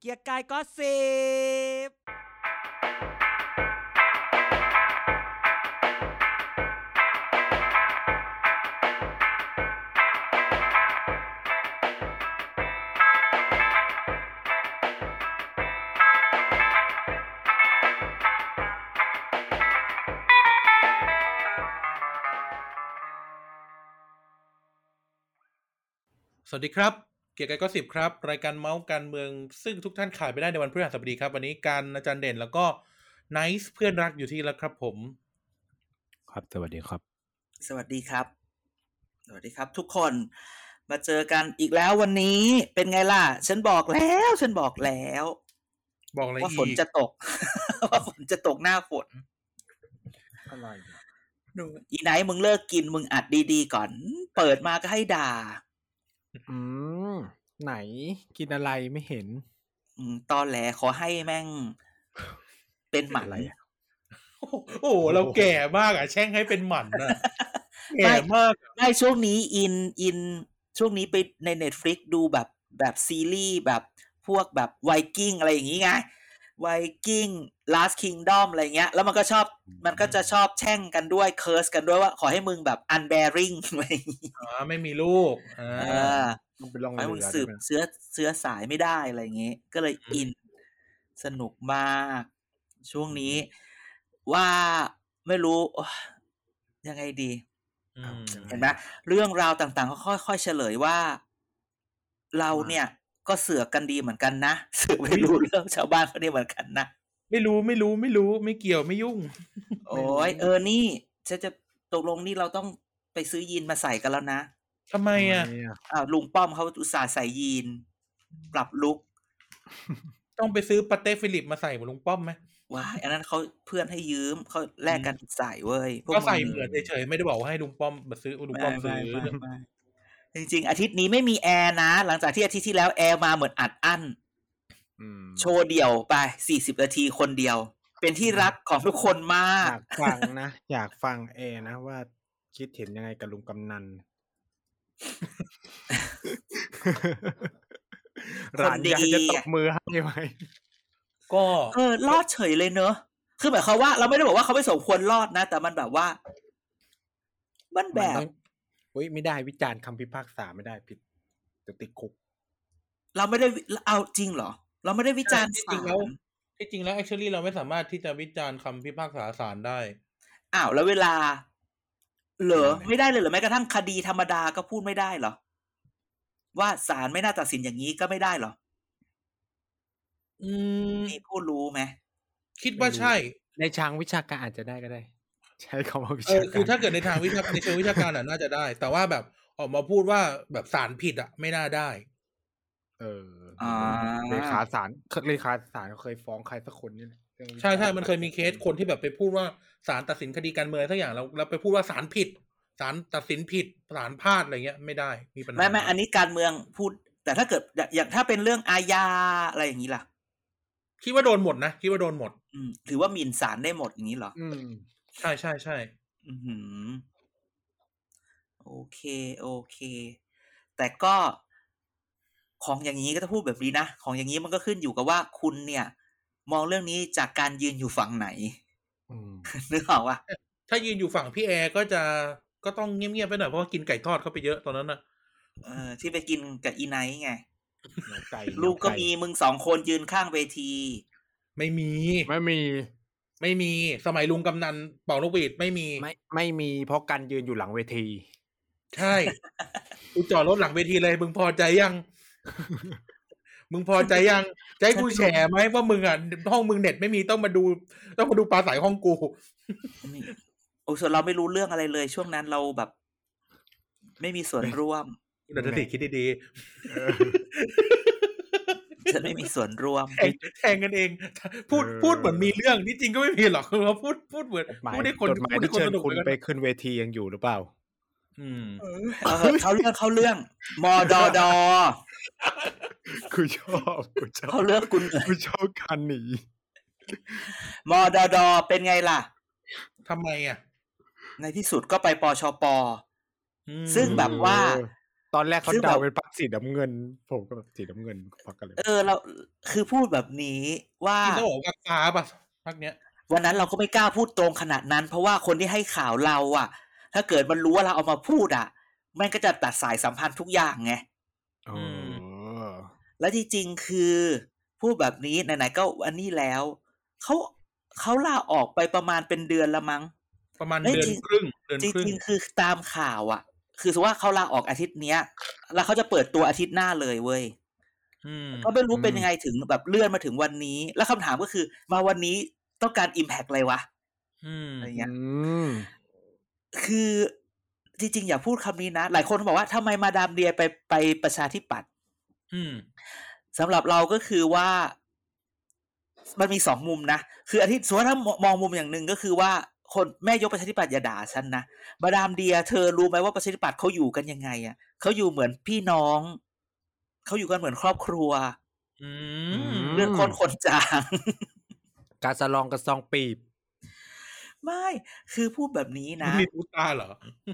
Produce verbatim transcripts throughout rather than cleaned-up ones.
กียร์กายก็สิบสวัสดีครับเกียร์กายก็สิบครับรายการเมาส์การเมืองซึ่งทุกท่านขาดไม่ได้ในวันพฤหัสบดีครับวันนี้การอาจารย์เด่นแล้วก็ไนซ์เพื่อนรักอยู่ที่แล้วครับผมครับสวัสดีครับสวัสดีครับสวัสดีครับทุกคนมาเจอกันอีกแล้ววันนี้เป็นไงล่ะฉันบอกแล้วฉันบอกแล้วบอกอะไรอีกว่าฝนจะตก ว่าฝนจะตกหน้าฝนอะไรดูอีไหนมึงเลิกกินมึงอัดดีๆก่อนเปิดมาก็ให้ด่าอืมไหนกินอะไรไม่เห็นอืมตอนแหลขอให้แม่งเป็นหมันอะไรโอ้โหเราแก่มากอ่ะแช่งให้เป็นหมันน่ะแก่มากไม่ช่วงนี้อินอินช่วงนี้ไปใน Netflix ดูแบบแบบซีรีส์แบบพวกแบบไวกิ้งอะไรอย่างงี้ไงไวกิ้ง Last Kingdom อะไรเงี้ยแล้วมันก็ชอบมันก็จะชอบแช่งกันด้วยเคิร์สกันด้วยว่าขอให้มึงแบบ unbearing อะไรอ๋อไม่มีลูกอ่ามึงเป็นรองเรือมึงสืบเสื้อเสื้อสายไม่ได้อะไรเงี้ยก็เลยอินสนุกมากช่วงนี้ว่าไม่รู้ยังไงดีเห็นไหมเรื่องราวต่างๆก็ค่อยๆเฉลยว่าเราเนี่ยก็เสือกกันดีเหมือนกันนะสืบไม่รู้เรื่องชาวบ้านเขาเนี่ยเหมือนกันนะไม่รู้ไม่รู้ไม่รู้ไม่เกี่ยวไม่ยุ่งโอ้ยเออนี่ฉันจะตกลงนี่เราต้องไปซื้อยีนมาใส่กันแล้วนะทำไมอ่ะอ้าวลุงป้อมเขาอุตส่าห์ใส่ยีนปรับลุคต้องไปซื้อปาเต้ฟิลิปมาใส่เหมือนลุงป้อมไหมว้ายอันนั้นเขาเพื่อนให้ยืมเขาแลกกันใส่เว้ยก็ใส่เหมือนเฉยๆไม่ได้บอกว่าให้ลุงป้อมมาซื้อลุงป้อมซื้อจริงๆอาทิตย์นี้ไม่มีแอร์นะหลังจากที่อาทิตย์ที่แล้วแอร์มาเหมือนอัดอั้นโชว์เดี่ยวไปสี่สิบนาทีคนเดียวเป็นที่รักของทุกคนมากอยากฟังนะอยากฟังแอร์นะว่าคิดเห็นยังไงกับลุงกำนันร้านอยากจะตบมือให้ไหมก็เออรอดเฉยเลยเนอะคือหมายความว่าเราไม่ได้บอกว่าเขาไม่สมควรรอดนะแต่มันแบบว่ามันแบบเฮ้ยไม่ได้วิจารณ์คำพิพากษาไม่ได้ผิดจะติดคุกเราไม่ได้เอาจริงเหรอเราไม่ได้วิจารณ์จริงแล้วที่จริงแล้ว actually เราไม่สามารถที่จะวิจารณ์คำพิพากษาศาลได้อ้าวแล้วเวลาเหรอไม่ได้เลยเหรอแม้กระทั่งคดีธรรมดาก็พูดไม่ได้เหรอว่าศาลไม่น่าตัดสินอย่างนี้ก็ไม่ได้เหรออืมมีผู้รู้ไหมคิดว่าใช่ในทางวิชาการอาจจะได้ก็ได้ใช้คำว่าวิชาการคือถ้าเกิดในทางวิชาในเชิงวิชาการอ่ะน่าจะได้แต่ว่าแบบออกมาพูดว่าแบบศาลผิดอ่ะไม่น่าได้เออเลขาศาลเลขาศาลเขาเคยฟ้องใครสักคนนี่ใช่ใช่มันเคยมีเคสคนที่แบบไปพูดว่าศาลตัดสินคดีการเมืองสักอย่างแล้วเราไปพูดว่าศาลผิดศาลตัดสินผิดศาลพลาดอะไรเงี้ยไม่ได้มีปัญหาไม่ไม่อันนี้การเมืองพูดแต่ถ้าเกิดอย่างถ้าเป็นเรื่องอาญาอะไรอย่างนี้ล่ะคิดว่าโดนหมดนะคิดว่าโดนหมดอืมถือว่าหมิ่นศาลได้หมดอย่างนี้เหรออืมใช่ใช่ใช่อืมโอเคโอเคแต่ก็ของอย่างนี้ก็จะพูดแบบนี้นะของอย่างนี้มันก็ขึ้นอยู่กับว่าคุณเนี่ยมองเรื่องนี้จากการยืนอยู่ฝั่งไหนนึกออกป่ะถ้ายืนอยู่ฝั่งพี่แอร์ก็จะก็ต้องเงียบๆไปหน่อยเพราะว่ากินไก่ทอดเข้าไปเยอะตอนนั้นน่ะเออที่ไปกินกับอีไนท์ไงลูกก็มีมึงสองคนยืนข้างเวทีไม่มีไม่มีไม่มีสมัยลุงกำนันเป่านกหวีดไม่มีไม่ไม่มีเพราะกันยืนอยู่หลังเวทีใช่กูจอดรถหลังเวทีเลยมึงพอใจยังมึงพอใจยังใจกูแฉไหมว่ามึงอ่ะห้องมึงเน็ตไม่มีต้องมาดูต้องมาดูปลาใสห้องกูโอ้ส่วนเราไม่รู้เรื่องอะไรเลยช่วงนั้นเราแบบไม่มีส่วนร่วมเดี๋ยวจะติดคิดดีๆฉันไม่มีส่วนร่วมแทงกันเองพูดพูดเหมือนมีเรื่องที่จริงก็ไม่มีหรอกเขาพูดพูดเหมือนพูดให้คนพูดให้คนสนุกคุณไปขึ้นเวทียังอยู่หรือเปล่าอืมเขาเรื่องเขาเรื่องมอดอดอกูชอบกูชอบเขาเลือกคุณกูชอบการหนีมอดอดอเป็นไงล่ะทำไมอ่ะในที่สุดก็ไปปชปซึ่งแบบว่าตอนแรกเขาซึ่งแบเดาบเป็นพรรคสีน้ำเงิน ผมก็แบบสีน้ำเงินพรรคอะไรเออเราคือพูดแบบนี้ว่าที่ต้องบอกว่าฟ้าป่ะพักเนี้ยวันนั้นเราก็ไม่กล้าพูดตรงขนาดนั้น เพราะว่าคนที่ให้ข่าวเราอ่ะ ถ้าเกิดมันรู้ว่าเราเอามาพูดอ่ะแม่งก็จะตัดสายสัมพันธ์ทุกอย่างไงเออและที่จริงคือพูดแบบนี้ไหนๆก็อันนี้แล้วเขาเขาลาออกไปประมาณเป็นเดือนละมั้งประมาณเอ้ยเดือนจริงครึ่งเดือนจครึ่งริงๆคือตามข่าวอ่ะ คือสมมติว่าเขาลาออกอาทิตย์เนี้ย แล้วเขาจะเปิดตัวอาทิตย์หน้าเลยเว้ยอืมก็ไม่รู้อืมเป็นยังไงถึงแบบเลื่อนมาถึงวันนี้ แล้วคำถามก็คือมาวันนี้ต้องการ impact อะไรวะอืมอะไรเงี้ยอืมคือจริงๆ อย่าพูดคำนี้นะ หลายคนบอกว่าทำไมมาดามเดียไปไปประชาธิปัตย์อืมสำหรับเราก็คือว่ามันมีสองมุมนะ คืออาทิตย์สมมติถ้ามองมุมอย่างหนึ่งก็คือว่าคนแม่ยกประชาธิปัตย์อย่าด่าฉันนะมาดามเดียเธอรู้ไหมว่าประชาธิปัตย์เขาอยู่กันยังไงอ่ะเขาอยู่เหมือนพี่น้องเขาอยู่กันเหมือนครอบครัวอือืมมเรื่องคนคนจางกาสะลองกับซองปีบไม่คือพูดแบบนี้มึนะงมีพูตาเหรอ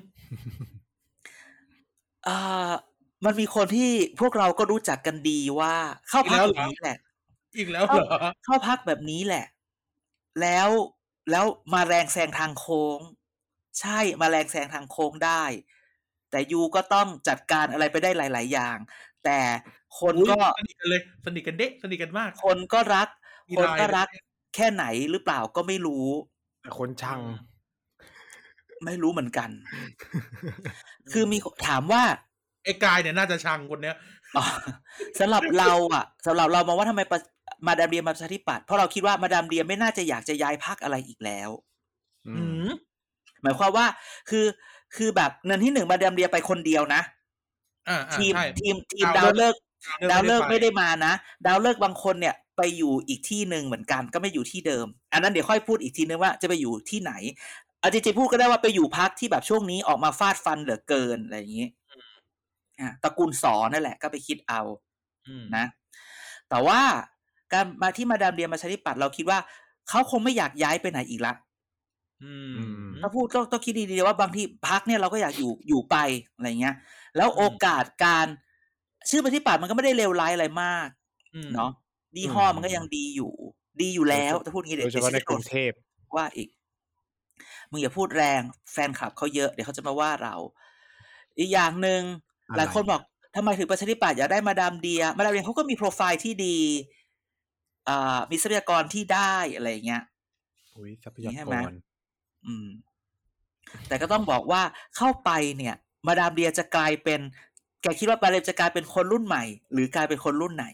เอ่อมันมีคนที่พวกเราก็รู้จักกันดีว่าเข้าอีกพักแล้วแบเหรบอนี้แหละอีกแล้วเหรอเข้าพักแบบนี้แหละ แล้วแล้วมาแรงแซงทางโค้ง ใช่มาแรงแซงทางโค้งได้ แต่ยูก็ต้องจัดการอะไรไปได้หลาย ๆ อย่าง แต่คนอุ๊ยก็สนิทกันเลย สนิทกันเด็กสนิทกันมากคนก็รักมีคนไลน์ก็ด้วยรักแค่ไหนหรือเปล่าก็ไม่รู้แต่คนช่างไม่รู้เหมือนกัน คือมีถามว่าไอ้กายเนี่ยน่าจะชังคนเนี้ยอ๋อสำหรับเราอ่ะสำหรับเรามองว่าทำไมประมาดามเดียมาประชาธิปัตย์เพราะเราคิดว่ามาดามเดียไม่น่าจะอยากจะย้ายพรรคอะไรอีกแล้วอือืมมหมายความว่าคือคือแบบเงินที่หนึ่งมาดามเดียไปคนเดียวนะอ่าอ่าทีมใช่ทีมทีมดาดาว วเลิเลิกกดาวเลิกไม่ไม่ได้ได้ไปมานะดาวเลิกบางคนเนี่ยไปอยู่อีกที่หนึ่งเหมือนกันก็ไม่อยู่ที่เดิม อันนั้นเดี๋ยวค่อยพูดอีกทีนึงว่าจะไปอยู่ที่ไหนเอาจริงๆพูดก็ได้ว่าไปอยู่พรรคที่แบบช่วงนี้ออกมาฟาดฟันเหลือเกินอะไรอย่างนี้อ่ะตระกูลสอนั่นแหละก็ไปคิดเอาอืมนะ แต่ว่าการมาที่มาดามเดียมาประชาธิปัตย์เราคิดว่าเขาคงไม่อยากย้ายไปไหนอีกละอืมอืมถ้าพูดต้องต้องคิดดีๆว่าบางทีพรรคเนี่ยเราก็อยากอยู่อยู่ไปอะไรเงี้ย แล้วโอกาสการชื่อประชาธิปัตย์มันก็ไม่ได้เลวร้ายอะไรมากอืมเนาะดีห้อมันก็ยังดีอยู่ ดีอยู่แล้วถ้าพูดงี้โดเดี๋ยยว เฉพาะในจะกรุงเทพว่าอีกมึงอย่าพูดแรงแฟนคลับเขาเยอะเดี๋ยวเขาจะมาว่าเรา อีกอย่างหนึ่งอะไรหลายคนบอกทำไมถึงประชาธิปัตย์อยากได้มาดามเดียมาดามเดียเขาก็มีโปรไฟล์ที่ดีอ่ามีทรัพยากรที่ได้อะไรอย่างเงี้ยอุ้ยทรัพยาใช่กไหมรอืม แต่ก็ต้องบอกว่าเข้าไปเนี่ย มาดามเดียจะกลายเป็น แกคิดว่ามาดามจะกลายเป็นคนรุ่นใหม่ หรือกลายเป็นคนรุ่นไหน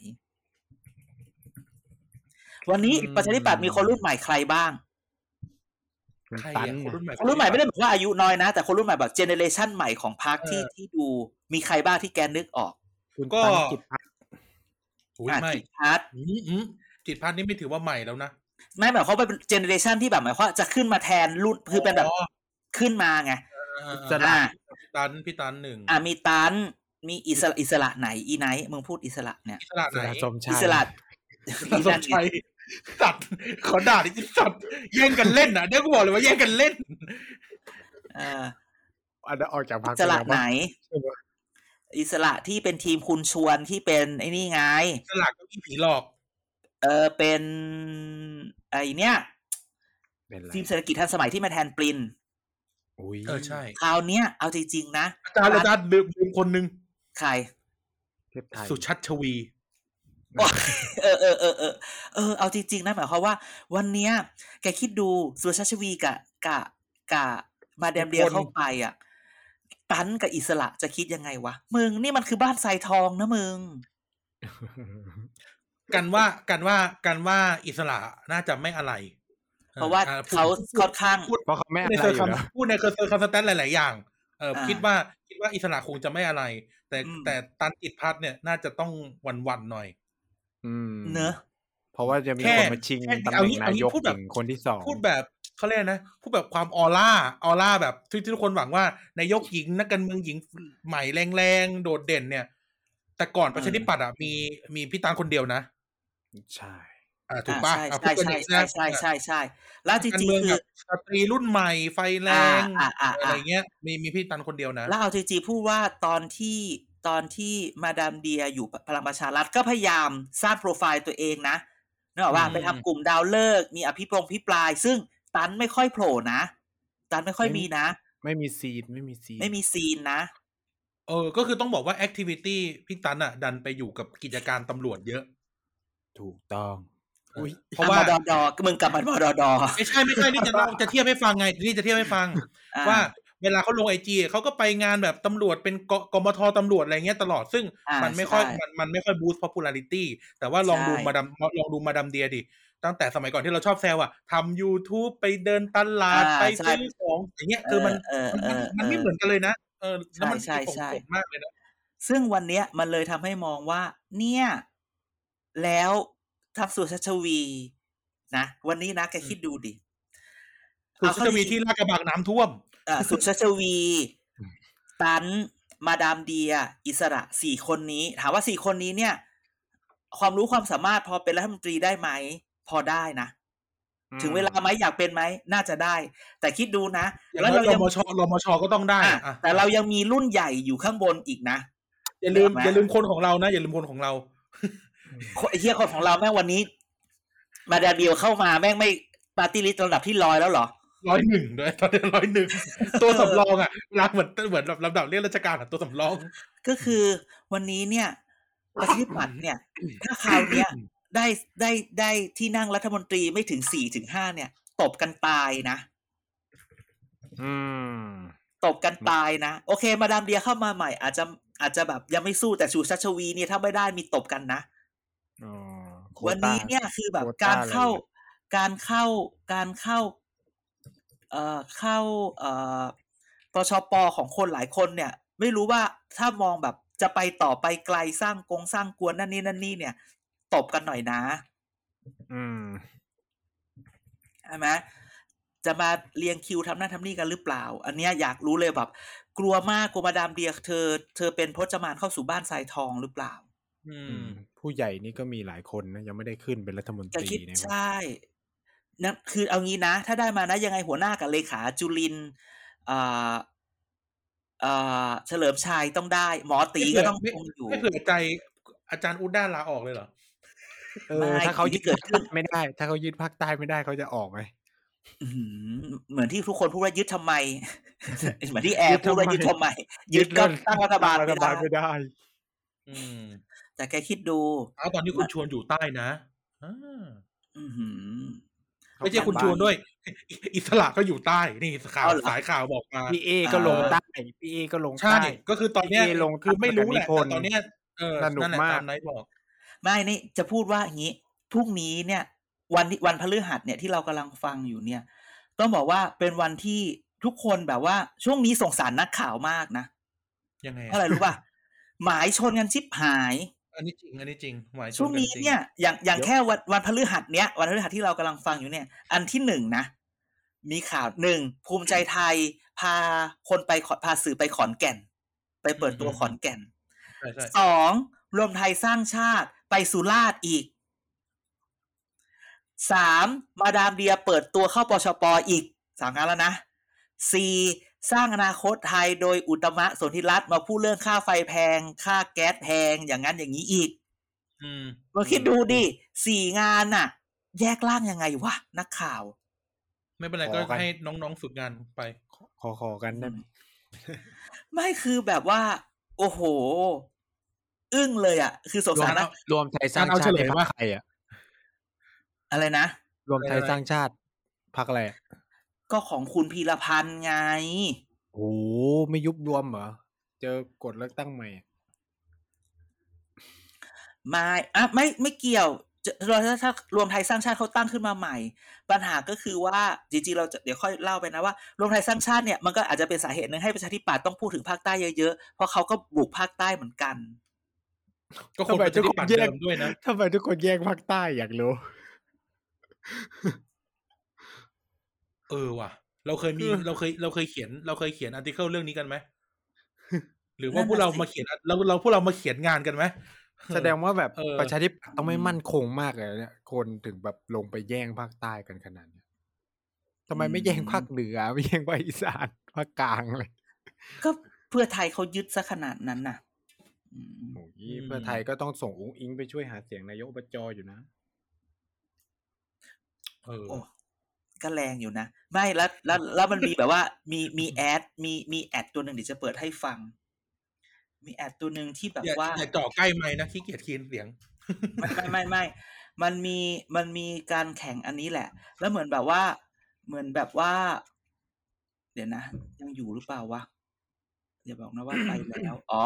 วันนี้อืมประชาธิปัตย์มีคนรุ่นใหม่ใครบ้างคุณใครตันอ่ะคนรุ่นใหม่คนรุ่นใหม่ไม่ได้หมายว่าอายุน้อยนะ แต่คนรุ่นใหม่แบบเจเนเรชันใหม่ของพรรคที่ที่ดูมีใครบ้างที่แกนึกออกคุณก็ตันกิจพัฒน์อุ้ยอ่ะไม่จิตพัฒน์อืมอืมจิตพัฒน์นี่ไม่ถือว่าใหม่แล้วนะไม่หมายความว่าเป็นเจเนเรชันที่แบบหมายความว่าจะขึ้นมาแทนรุ่นคือเป็นแบบอ๋อขึ้นมาไงอ่าสอ่าลัอ่าบพี่ตันพี่ตันหนึ่งอ่ามีตันมีอิสระอิสระไหนอีไนท์มึงพูดอิสระเนี่ยอิสระสไหนลับสมชาอิยสระอิสระชัยสัตว์ขอด่าดิสัตว์แย่งกันเล่นอ่ะเดี๋ยวกูบอกเลยว่าแย่งกันเล่นเอออันนั้นออกจากพรรคอิสระปแล้วไหนใช่ไหมอิสระที่เป็นทีมคุณชวนที่เป็นไอ้นี่ไงอิสระก็มีผีหลอกเออเป็นไอเนี้ยเป็นไรทีมเศรษฐกิจทันสมัยที่มาแทนปรินอุ้ยเออใช่คราวเนี้ยเอาจริงๆนะอาจารย์อาจารย์ลืมลืมคนหนึ่งใครเทพไทยสุชัชวีโอ้ยเออเออเออเออเออเอาจริงๆนะหมายความว่า วันเนี้ย แกคิดดูสุชาชวีกะกะกะมาแดมเดียเข้าไปอ่ะ ตันกับอิสระจะคิดยังไงวะมึงนี่มันคือบ้านทรายทองนะมึงกันว่ากันว่ากันว่าอิสระน่าจะไม่อะไรเพราะว่าอ่เขาพูดค่อนข้างพูดเพราะเขาไม่พูดอะในไรเซออร์ยู่คัมแล้วพูดในเซอร์คัมสแตนหลาย ๆ อย่างเอออ่าคิดว่าคิดว่าอิสระคงจะไม่อะไร แต่อืมแต่ตันจิตพัฒน์เนี่ยน่าจะต้องหวั่นๆหน่อยอืมเนอะเพราะว่าจะมีแค่คนมาชิงแค่ตำแหเอาน่งงี้นาเอางี้ยกพูดแบบถึงคนที่สองพูดแบบเขาเรียกนะพูดแบบความออร่าออร่าแบบที่ที่ทุกคนหวังว่านายกหญิงนักการเมืองหญิงใหม่แรงๆโดดเด่นเนี่ย แต่ก่อนประชาธิปัตย์อ่ะมีมีพี่ตันคนเดียวนะใช่อ่าถูกป่ะอ่าอ่ะใช่พูดใช่กันใช่อย่างนี้นะใช่ใช่ใช่ใช่แล้วจการริงเมืองๆคืแบอบสตรีรุ่นใหม่ไฟแรงอ่าอ่าอ่าอะไรเงี้ย มีมีพี่ตันคนเดียวนะแล้วเอาจริงๆพูดว่าตอนที่ตอนที่มาดามเดียอยู่พลังประชารัฐก็พยายามสร้างโปรไฟล์ตัวเองนะนึกออกว่าไปทำกลุ่มดาวเลิกมีอภิปรายพิปรายซึ่งตันไม่ค่อยโผล่นะตันไม่ค่อยมีนะไม่มีซีนไม่มีซีนไม่มีซีนนะเออก็คือต้องบอกว่าแอคทิวิตี้พี่ตันอ่ะดันไปอยู่กับกิจการตำรวจเยอะถูกต้องอุ้ยเพราะว่าดอดอมึงกลับมาดอดอไม่ใช่ไม่ใช่นี่จะจะเทียบให้ฟังไงนี่จะเทียบให้ฟังว่าเวลาเขาลงไอจีเขาก็ไปงานแบบตำรวจเป็นกมทตำรวจอะไรเงี้ยตลอดซึ่งมันไม่ค่อยมันมันไม่ค่อยบูสต์ popularity แต่ว่าลองดูมาดามลองดูมาดามเดียดิตั้งแต่สมัยก่อนที่เราชอบแซวอ่ะทำ YouTube ไปเดินตลาดไปซื้อของอย่างเงี้ยคือมันมันไม่เหมือนกันเลยนะเออแล้วมันส่งผลมากเลยนะซึ่งวันเนี้ยมันเลยทำให้มองว่าเนี่ยแล้วทักษุชัชวีนะวันนี้นะแกคิดดูดิสุชัชวีที่ลาดกระบังน้ำท่วมอ่าสุชัชวีตันมาดามเดียอิสระสี่คนนี้ถามว่าสี่คนนี้เนี่ยความรู้ความสามารถพอเป็นรัฐมนตรีได้ไหมพอได้นะถึงเวลาไหมอยากเป็นไหมน่าจะได้แต่คิดดูนะแล้วเรารมชรมชก็ต้องได้แต่เรายังมีรุ่นใหญ่อยู่ข้างบนอีกนะอย่าลืมอย่าลืมคนของเรานะอย่าลืมคนของเราไอ้เหี้ยคนของเราแม่งวันนี้มาดามเดียเข้ามาแม่งไม่ปาร์ตี้ลิสต์ระดับที่ร้อยแล้วหรอร้อยหนึ่งด้วยตอนนี้ร้อยหนึ่งตัวสำรองอ่ะรักเหมือนเหมือนลำดับเรียกราชการอ่ะตัวสำรองก็คือวันนี้เนี่ยประชาธิปัตย์เนี่ยถ้าคราวเนี้ยได้ได้ได้ที่นั่งรัฐมนตรีไม่ถึงสี่ถึงห้าเนี่ยตบกันตายนะอืมตบกันตายนะโอเคมาดามเดียเข้ามาใหม่อาจจะอาจจะแบบยังไม่สู้แต่ชูชัชวีเนี่ยถ้าไม่ได้มีตบกันนะอ๋อวันนี้เนี่ยคือแบบการเข้าการเข้าการเข้าเอ่อเข้าเอ่อปชป.ของคนหลายคนเนี่ยไม่รู้ว่าถ้ามองแบบจะไปต่อไปไกลสร้างกงสร้างกวนนั่นนี่นั่นนี่เนี่ยตบกันหน่อยนะอืมใช่ไหมจะมาเรียงคิวทำนั่นทำนี่กันหรือเปล่าอันเนี้ยอยากรู้เลยแบบกลัวมากกลัวมาดามเดียเธอเธอเป็นพจมานเข้าสู่บ้านทรายทองหรือเปล่าอืมผู้ใหญ่นี่ก็มีหลายคนนะยังไม่ได้ขึ้นเป็นรัฐมนตรีนะใช่นั่นคือเอางี้นะถ้าได้มานะยังไงหัวหน้ากับเลขาจุลินอ่าอ่าเฉลิมชัยต้องได้หมอตีก็ต้องคงอยู่ไม่เผื่อใจอาจารย์อุดด้าลาออกเลยเหรอเออถ้าเขายึดเกิดขึ้นไม่ได้ถ้าเขายึดภาคใต้ไม่ได้เขาจะออกไหมเหมือนที่ทุกคนพูดว่ายึดทำไมเหมือนที่แอร์พูดว่ายึดทำไมยึดก็ตั้งรัฐบาลไม่ได้อืมแต่แกคิดดูอ้าวตอนนี้คุณชวนอยู่ใต้นะอ่าไม่ใช่คุณชวนด้วยอิสระก็อยู่ใต้นี่ข่าวสายข่าวบอกมาพี่เอก็ลงใต้พี่เอก็ลงใต้ก็คือตอนนี้ลงคือไม่รู้แหละแต่ตอนนี้เออสนุกมากนายบอกไม่นี่จะพูดว่าอย่างนี้พรุ่งนี้เนี่ยวันวันพฤหัสเนี่ยที่เรากำลังฟังอยู่เนี่ยต้องบอกว่าเป็นวันที่ทุกคนแบบว่าช่วงนี้สงสารนักข่าวมากนะยังไงเพราะอะไรรู้ป่ะหมายชนกันชิบหายอันนี้จริงอันนี้จริงหมายชนกันจริงช่วงนี้เนี่ยอย่างอย่างแค่วันวันพฤหัสเนี้ยวันพฤหัสที่เรากำลังฟังอยู่เนี่ยอันที่หนึ่งนะมีข่าวหนึ่งภูมิใจไทยพาคนไปพาสื่อไปขอนแก่นไปเปิดตัวขอนแก่นสองรวมไทยสร้างชาติไปสุราษฎร์อีกสามมาดามเดียเปิดตัวเข้าปชป.อีกสามงานแล้วนะสี่สร้างอนาคตไทยโดยอุตมะสนธิรัตน์มาพูดเรื่องค่าไฟแพงค่าแก๊สแพงอย่างนั้นอย่างนี้อีกอืมมาคิดดูดิสี่งานน่ะแยกล่างยังไงวะนักข่าวไม่เป็นไรก็ให้น้องๆฝึกงานไปขอขอกันได้ไม่คือแบบว่าโอ้โหอึ้งเลยอ่ะคือสงสารนะรวมไทยสร้างชาติเป็นพรรคใครอ่ะอะไรนะรวมไทยสร้างชาติพรรคอะไรก็ของคุณพีรพันธ์ไงโอ้ไม่ยุบรวมเหรอเจอกฎเลือกตั้งใหม่ไม่อ่ะไม่ไม่เกี่ยวถ้าถ้ารวมไทยสร้างชาติเขาตั้งขึ้นมาใหม่ปัญหาก็คือว่าจริงๆเราจะเดี๋ยวค่อยเล่าไปนะว่ารวมไทยสร้างชาติเนี่ยมันก็อาจจะเป็นสาเหตุนึงให้ประชาธิปัตย์ต้องพูดถึงภาคใต้เยอะๆเพราะเขาก็บุกภาคใต้เหมือนกันก็คนประชาธิปัตย์เดิมด้วยนะทำไมทุกคนแยกภาคใต้อยากรู้เออว่ะเราเคยมีเราเคยเราเคยเขียนเราเคยเขียนอาร์ติเคิลเรื่องนี้กันไหมหรือว่าพวกเรามาเขียนเราเราพวกเรามาเขียนงานกันไหมแสดงว่าแบบประชาธิปัตย์ต้องไม่มั่นคงมากเลยเนี่ยคนถึงแบบลงไปแย่งภาคใต้กันขนาดนี้ทำไมไม่แย่งภาคเหนือไม่แย่งภาคอีสานภาคกลางเลยก็เพื่อไทยเขายึดซะขนาดนั้นน่ะโอ้ยเพื่อไทยก็ต้องส่งอุ้งอิงไปช่วยหาเสียงนายกอบจอยู่นะเออก็แรงอยู่นะไม่แล้วแล้วแล้วมันมีแบบว่ามีมีแอดมีมีแอดตัวหนึ่งเดี๋ยวจะเปิดให้ฟังมีแอดตัวหนึ่งที่แบบว่าอย่าจ่อใกล้ไมค์นะขี้เกียจคีนเสียงไม่ไม่ไม่ไม่มันมีมันมีการแข่งอันนี้แหละแล้วเหมือนแบบว่าเหมือนแบบว่าเดี๋ยวนะยังอยู่หรือเปล่าวะอย่าบอกนะว่าไปแล้วอ๋อ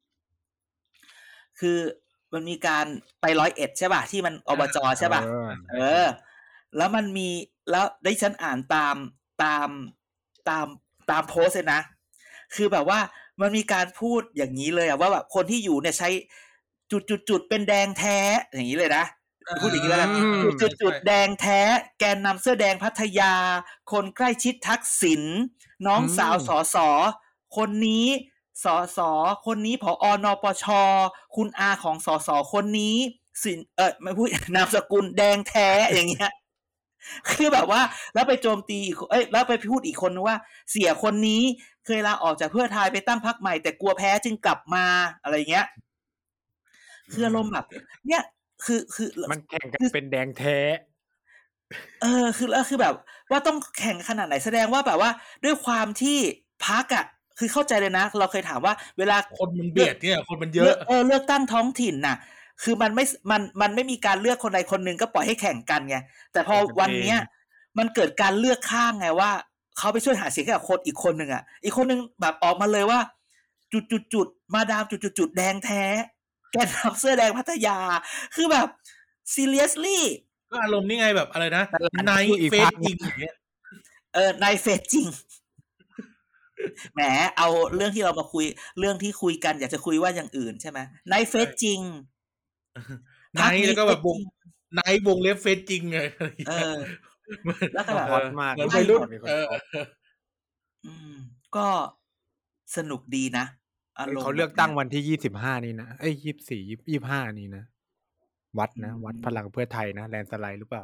คือมันมีการไปร้อยเอ็ดใช่ป่ะที่มันอบจใช่ป่ะเออแล้วมันมีแล้วได้ฉันอ่านตามตามตามตามโพสต์เลยนะคือแบบว่ามันมีการพูดอย่างนี้เลยอะว่าแบบคนที่อยู่เนี่ยใช้จุดจุดจุดเป็นแดงแท้อย่างนี้เลยนะพูดอย่างนี้แล้วจุดจุดจุดแดงแท้แกนนำเสื้อแดงพัทยาคนใกล้ชิดทักษิณน้องสาวสสคนนี้สสคนนี้ผอนปชคุณอาของสสคนนี้สินเออไม่พูดนามสกุลแดงแท้อย่างเงี้ยคือแบบว่าแล้วไปโจมตีเอ้ยแล้วไปพูดอีกคนนึงว่าเสียคนนี้เคยลาออกจากเพื่อไทยไปตั้งพรรคใหม่แต่กลัวแพ้จึงกลับมาอะไรเงี้ยคืออารมณ์แบบเนี่ยคือคือมันแข่งกันเป็นแดงแท้เออคือแล้วคือแบบว่าต้องแข่งขนาดไหนแสดงว่าแบบว่าด้วยความที่พรรคอ่ะคือเข้าใจเลยนะเราเคยถามว่าเวลาคนมันเบียดเนี่ยคนมันเยอะเออเลือกตั้งท้องถิ่นน่ะคือมันไม่มันมันไม่มีการเลือกคนใดคนหนึ่งก็ปล่อยให้แข่งกันไงแต่พอวันเนี้ยมันเกิดการเลือกข้างไงว่าเขาไปช่วยหาเสียงให้กับคนอีกคนหนึ่งอ่ะอีกคนหนึ่งแบบออกมาเลยว่าจุดจุดจุดมาดามจุดจุดจุดแดงแท้แกนนำเสื้อแดงพัทยาคือแบบ seriously ก็อารมณ์นี่ไงแบบอะไรนะในเฟซจริงอย่างเงี้ยเออในเฟซจริงแหมเอาเรื่องที่เรามาคุยเรื่องที่คุยกันอยากจะคุยว่าอย่างอื่นใช่ไหมในเฟซจริงในแล้วก็แบบวงในวงเล็บเฟซจริงไงเออแล้วก็แบบฮอตมากไม่รู้เอออืมก็สนุกดีนะอารมณ์เขาเลือกตั้งวันที่ยี่สิบห้านี้นะเอ้ยยี่สิบสี่ ยี่สิบห้านี้นะวัดนะวัดพลังเพื่อไทยนะแลนด์สไลด์หรือเปล่า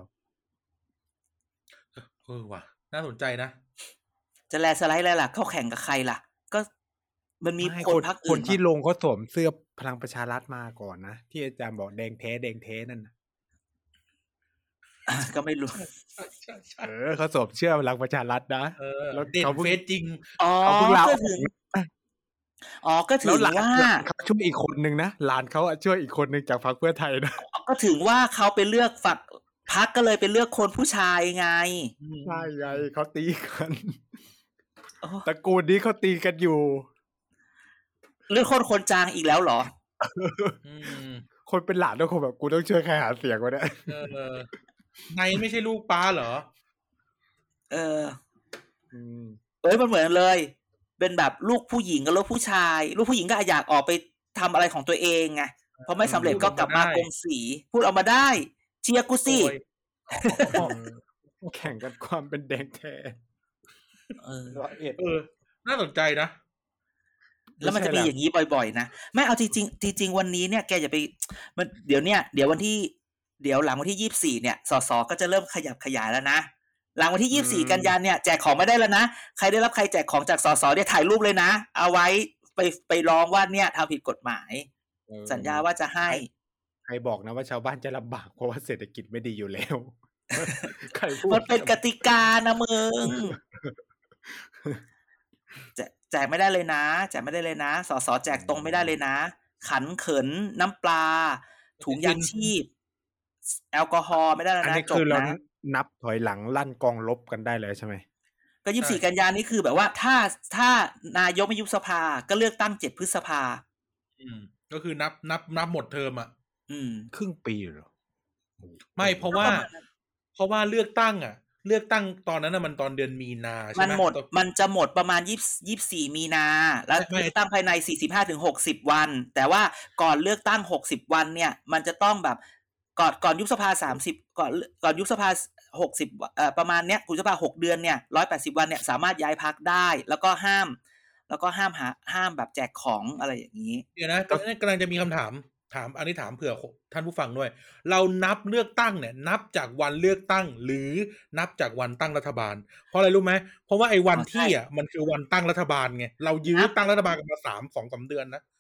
เออว่ะน่าสนใจนะจะแลนด์สไลด์อะไรล่ะเข้าแข่งกับใครล่ะก็มันมีคนพรรคอื่นคนที่ลงเขาสวมเสื้อพลังประชารัฐมาก่อนนะที่อาจารย์บอกแดงแท้แดงแท้นั่นนะก็ไม่รู้เออเขาสวมเสื้อพลังประชารัฐนะแล้วเด่นเฟซจริงอ๋อก็ถึงอ๋อก็ถือว่าเขาช่วยอีกคนนึงนะหลานเขาช่วยอีกคนนึงจากพรรคเพื่อไทยนะก็ถึงว่าเขาไปเลือกฝักพรรคก็เลยไปเลือกคนผู้ชายไงใช่ไงเขาตีกันตระกูลนี้เขาตีกันอยู่เลือกคนคนจางอีกแล้วเหรอคนเป็นหลานต้องคนแบบกูต้องช่วยใครหาเสียงวะเนี่ยในไม่ใช่ลูกป้าเหรอเออเอ้ยมันเหมือนเลยเป็นแบบลูกผู้หญิงกับลูกผู้ชายลูกผู้หญิงก็อยากออกไปทำอะไรของตัวเองไงพอไม่สำเร็จก็กลับมากงสีพูดออกมาได้เชียร์กูสิแข่งกันความเป็นแดงแท้เออเออน่าสนใจนะแล้วมันจะมีอย่างนี้บ่อยๆนะไม่เอาจริงๆจริงๆวันนี้เนี่ยแกอย่าไปมันเดี๋ยวเนี่ยเดี๋ยววันที่เดี๋ยวหลังวันที่ยี่สิบสี่เนี่ยสสก็จะเริ่มขยับขยายแล้วนะหลังวันที่ยี่สิบสี่กันยายนเนี่ยแจกของไม่ได้แล้วนะใครได้รับใครแจกของจากสสเนี่ยถ่ายรูปเลยนะเอาไว้ไปไปร้องว่าเนี่ยทำผิดกฎหมายสัญญาว่าจะให้ใครบอกนะว่าชาวบ้านจะลำบากเพราะว่าเศรษฐกิจไม่ดีอยู่แล้วใครพูดมันเป็นกติกานะมึงแจกไม่ได้เลยนะแจกไม่ได้เลยนะสสแจกตรงไม่ได้เลยนะขันเขินน้ำปลาถุงยางชีพแอลกอฮอล์ไม่ได้แล้วนะจบนะนับถอยหลังลั่นกองลบกันได้เลยใช่ไหมก็ยี่สิบสี่กันยายนนี่คือแบบว่าถ้าถ้านายกไม่ยุบสภาก็เลือกตั้งเจ็ดพฤษภาอืมก็คือนับนับนับหมดเทอมอ่ะอืมครึ่งปีเหรอไม่เพราะว่าเพราะว่าเลือกตั้งอ่ะเลือกตั้งตอนนั้นน่ะมันตอนเดือนมีนาใช่ไหมมันหมดมันจะหมดประมาณยี่สิบสี่มีนาแล้วเลือกตั้งภายในสี่สิบห้าถึงหกสิบวันแต่ว่าก่อนเลือกตั้งหกสิบวันเนี่ยมันจะต้องแบบก่อนก่อนยุบสภาสามสิบก่อนก่อนยุบสภาหกสิบเอ่อประมาณเนี้ยยุบสภาหกเดือนเนี่ยหนึ่งร้อยแปดสิบวันเนี่ยสามารถย้ายพรรคได้แล้วก็ห้ามแล้วก็ห้ามหาห้ามแบบแจกของอะไรอย่างนี้เดี๋ยวนะตอนนี้กำลังจะมีคำถามถามอันนี้ถามเผื่อท่านผู้ฟังด้วยเรานับเลือกตั้งเนี่ยนับจากวันเลือกตั้งหรือนับจากวันตั้งรัฐบาลเพราะอะไรรู้ไหมเพราะว่าไอ้วันที่อ่ะมันคือวันตั้งรัฐบาลไงเรายื้อตั้งรัฐบาลกันมาสามสองสามเดือนนะ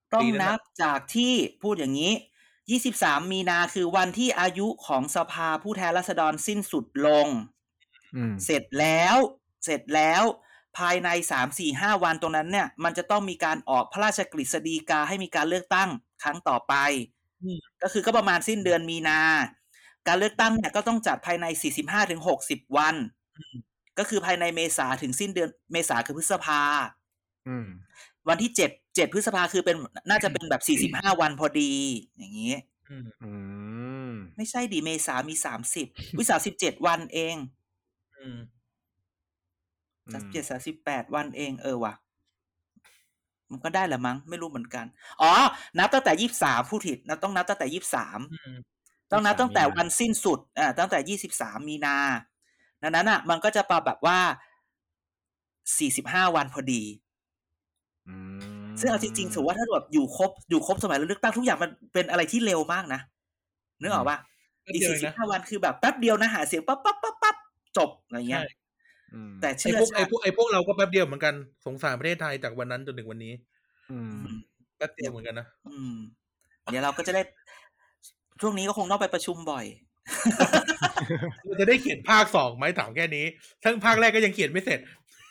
ต้องนับจากที่พูดอย่างนี้ยี่สิบสามมีนาคือวันที่อายุของสภาผู้แทนราษฎรสิ้นสุดลงเสร็จแล้วเสร็จแล้วภายใน สาม สี่ ห้า วันตรงนั้นเนี่ยมันจะต้องมีการออกพระราชกฤษฎีกาให้มีการเลือกตั้งครั้งต่อไปก็คือก็ประมาณสิ้นเดือนมีนาการเลือกตั้งเนี่ยก็ต้องจัดภายใน สี่สิบห้าถึงหกสิบ วันก็คือภายในเมษาถึงสิ้นเดือนเมษาคือพฤษภาวันที่เจ็ด เจ็ดพฤษภาคือเป็นน่าจะเป็นแบบสี่สิบห้าวันพอดีอย่างงี้อืมไม่ใช่ดิเมษามีสามสิบวิสามสิบเจ็ดวันเองอืมสามสิบเจ็ด สามสิบแปดวันเองเออว่ะมันก็ได้แหละมั้งไม่รู้เหมือนกันอ๋อนับตั้งแต่ยี่สิบสามผู้ผิดนะต้องนับตั้งแต่ยี่สิบสามต้องนับตั้งแต่วันสิ้นสุดอ่าตั้งแต่ยี่สิบสามมีนาดังนั้นอ่ะมันก็จะประแบบว่าสี่สิบห้าวันพอดีซึ่งเอาจริงๆถือว่าถ้าแบบอยู่ครบอยู่ครบสมัยเลือกตั้งทุกอย่างมันเป็นอะไรที่เร็วมากนะนึกออกป่ะอีกสี่สิบห้าวันคือแบบแป๊บเดียวนะหาเสียงปั๊บปั๊บปั๊บปั๊บจบอะไรเงี้ยแต่เชื่อไอ้พวกไอ้พวกเราก็แป๊บเดียวเหมือนกันสงสารประเทศไทยจากวันนั้นจนถึงวันนี้แป๊บเดียวเหมือนกันนะเดี๋ยวเราก็จะได้ช่วงนี้ก็คงต้องไปประชุมบ่อยเราจะได้เขียนภาคสองไหมถามแค่นี้ทั้งภาคแรกก็ยังเขียนไม่เสร็จ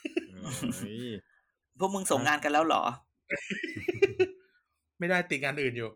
พวกมึงส่งงานกันแล้วเหรอไม่ได้ติดงานอื่นอยู่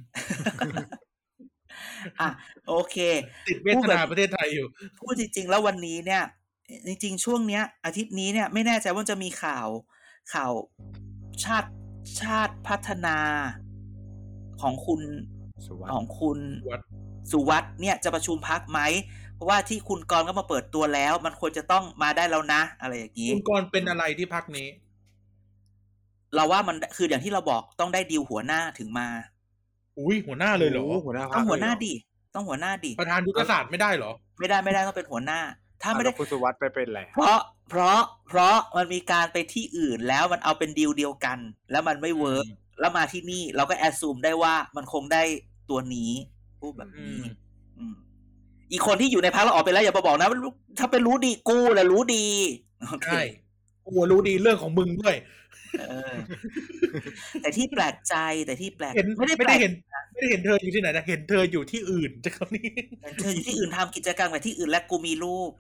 อ่ะโอเคติดเวทนาประเทศไทยอยู่พูดจริงๆแล้ววันนี้เนี่ยจริงๆช่วงเนี้ยอาทิตย์นี้เนี่ยไม่แน่ใจว่าจะมีข่าวข่าวชาติชาติพัฒนาของคุณของคุณสุวัฒน์เนี่ยจะประชุมพรรคไหมเพราะว่าที่คุณกรณ์ก็มาเปิดตัวแล้วมันควรจะต้องมาได้แล้วนะอะไรอย่างนี้คุณกรณ์เป็นอะไรที่พรรคนี้เราว่ามันคืออย่างที่เราบอกต้องได้ดีลหัวหน้าถึงมาอุ้ยหัวหน้าเลยเหรอต้องหัวหน้าดิต้องหัวหน้าดิประธานยุทธศาสตร์ไม่ได้เหรอไม่ได้ไม่ได้ต้องเป็นหัวหน้าถ้าไม่ได้คุณสุวัฒน์ไปเป็นอะไรเพราะเพราะเพราะมันมีการไปที่อื่นแล้วมันเอาเป็นดีลเดียวกันแล้วมันไม่เวิร์กแล้วมาที่นี่เราก็แอสซูมได้ว่ามันคงได้ตัวนี้พูดแบบนี้อีกคนที่อยู่ในพรรคเราออกไปแล้วอย่ามาบอกนะถ้าเป็นรู้ดีกูแหละรู้ดีใช่กูรู้ดีเรื่องของมึงด้วยแต่ที่แปลกใจแต่ที่แปลกไม่ได้ไม่ได้เห็นไม่ได้เห็นเธออยู่ที่ไหนนะเห็นเธออยู่ที่อื่นจากคำนี้เธออยู่ที่อื่นทำกิจกรรมแบบที่อื่นและกูมีลูก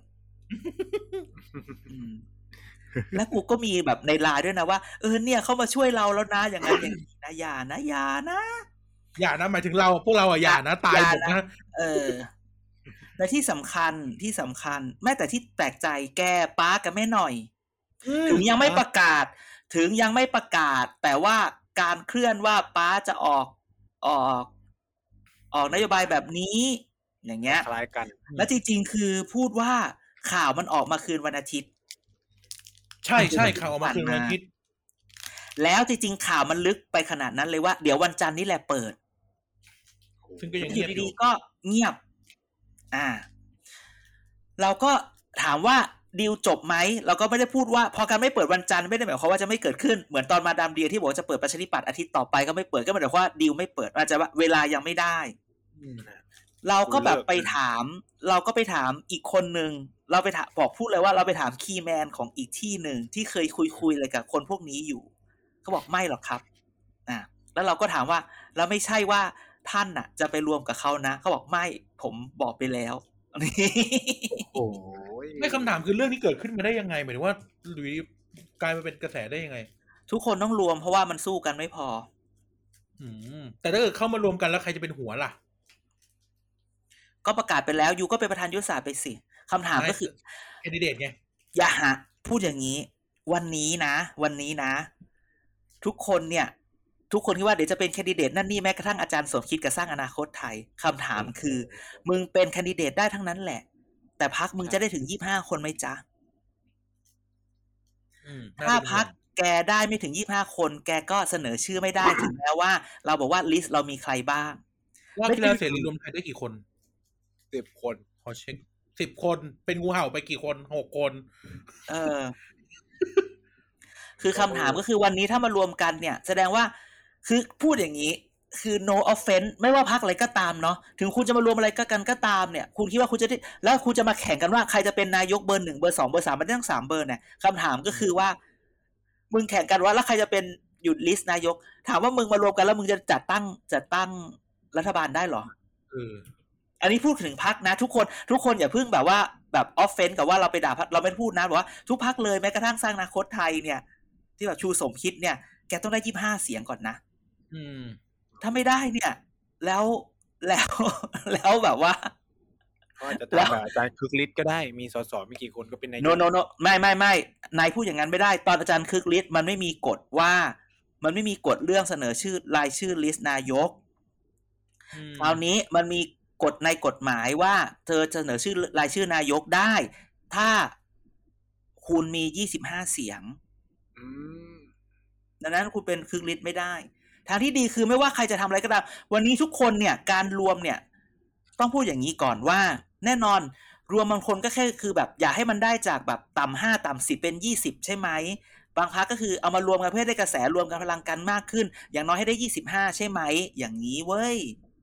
และกูก็มีแบบในไลน์ด้วยนะว่าเออเนี่ยเขามาช่วยเราแล้วนะอย่างนั้นอย่างนี้นะอย่านะอย่านะอย่านะหมายถึงเราพวกเราอ่ะอย่านะตายหมดนะเออและที่สำคัญที่สำคัญแม้แต่ที่แปลกใจแกป้ากับแม่หน่อยถึงยังไม่ประกาศถึงยังไม่ประกาศแต่ว่าการเคลื่อนว่าป้าจะออกออกออกนโยบายแบบนี้อย่างเงี้ยคล้ายกันแล้วจริงๆคือพูดว่าข่าวมันออกมาคืนวันอาทิตย์ใช่ใช่ข่าวออกมาคืนวันอาทิตย์แล้วจริงๆข่าวมันลึกไปขนาดนั้นเลยว่าเดี๋ยววันจันทร์นี่แหละเปิดซึ่งก็ยังอยู่ดีๆก็เงียบอ่าเราก็ถามว่าดีลจบไหมเราก็ไม่ได้พูดว่าพอการไม่เปิดวันจันทร์ไม่ได้หมายความว่าจะไม่เกิดขึ้นเหมือนตอนมาดามเดียที่บอกจะเปิดประชาธิปัตย์อาทิตย์ต่อไปก็ไม่เปิดก็หมายความว่าดีลไม่เปิดอาจจะว่าเวลายังไม่ได้เราก็แบบไปถามเราก็ไปถามอีกคนนึงเราไปถามบอกพูดเลยว่าเราไปถามคีย์แมนของอีกที่นึงที่เคยคุยคุยอะไรกับคนพวกนี้อยู่เขาบอกไม่หรอกครับอ่าแล้วเราก็ถามว่าแล้วไม่ใช่ว่าท่านน่ะจะไปรวมกับเขานะเขาบอกไม่ผมบอกไปแล้วโอ้ยไม่คำถามคือเรื่องที่เกิดขึ้นมาได้ยังไงหมายถึงว่าหรือกลายมาเป็นกระแสได้ยังไงทุกคนต้องรวมเพราะว่ามันสู้กันไม่พออืมแต่ถ้าเกิดเข้ามารวมกันแล้วใครจะเป็นหัวล่ะก็ประกาศไปแล้วยูก็เป็นประธานยุทธศาสตร์ไปสิคำถามก็คือแคนดิเดตไงอย่าหาพูดอย่างนี้วันนี้นะวันนี้นะทุกคนเนี่ยทุกคนคิดว่าเดี๋ยวจะเป็นแคนดิเดตนั่นนี่แม้กระทั่งอาจารย์สมคิดกับสร้างอนาคตไทยคำถามคือมึงเป็นแคนดิเดตได้ทั้งนั้นแหละแต่พรรคมึงจะได้ถึงยี่สิบห้าคนไหมจ๊ะถ้าพรรคแกได้ไม่ถึงยี่สิบห้าคนแกก็เสนอชื่อไม่ได้ถึงแม้ว่าเราบอกว่าลิสต์เรามีใครบ้างรอบที่แล้วเสรีรวมไทยได้กี่คนสิบคนขอเช็คสิบคนเป็นงูเห่าไปกี่คนหกคนเออคือคำถามก็คือวันนี้ถ้ามารวมกันเนี่ยแสดงว่าคือพูดอย่างนี้คือ no offense ไม่ว่าพรรคอะไรก็ตามเนาะถึงคุณจะมารวมอะไรก็กันก็ตามเนี่ยคุณคิดว่าคุณจะได้แล้วคุณจะมาแข่งกันว่าใครจะเป็นนายกเบอร์หนึ่งเบอร์สองเบอร์สามมันได้ทั้งสามเบอร์เนี่ยคำถามก็คือว่ามึงแข่งกันว่าแล้วใครจะเป็นหยุดลิสต์นายกถามว่ามึงมารวมกันแล้วมึงจะจัดตั้งจัดตั้งรัฐบาลได้หรอเอออันนี้พูดถึงพรรคนะทุกคนทุกคนอย่าเพิ่งแบบว่าแบบออฟเฟนส์กับว่าเราไปด่าพรรคเราไม่พูดนะบอกว่าทุกพรรคเลยแม้กระทั่งสร้างอนาคตไทยเนี่ยที่แบบชูสมคิดเนี่ยแกต้องได้ยี่สิบห้าเสียงก่อนนะอืมถ้าไม่ได้เนี่ยแล้วแล้วแล้วแบบว่าก็จะทำแบบอาจารย์คึกฤทธิ์ก็ได้มีสสมีกี่คนก็เป็นนายกโนโนโนไม่ไม่ไม่นายพูดอย่างนั้นไม่ได้ตอนอาจารย์คึกฤทธิ์มันไม่มีกฎว่ามันไม่มีกฎเรื่องเสนอชื่อรายชื่อลิสต์นายกคราวนี้มันมีกฎในกฎหมายว่าเธอเสนอชื่อรายชื่อนายกได้ถ้าคุณมียี่สิบห้าเสียงดังนั้นคุณเป็นคึกฤทธิ์ไม่ได้ทางที่ดีคือไม่ว่าใครจะทำอะไรก็ตามวันนี้ทุกคนเนี่ยการรวมเนี่ยต้องพูดอย่างนี้ก่อนว่าแน่นอนรวมบางคนก็แค่คือแบบอยากให้มันได้จากแบบต่ำห้าต่ำสิบเป็นยี่สิบใช่ไหมบางพรรคก็คือเอามารวมกันเพื่อได้กระแสรวมกันพลังกันมากขึ้นอย่างน้อยให้ได้ยี่สิบห้าใช่ไหมอย่างนี้เว้ย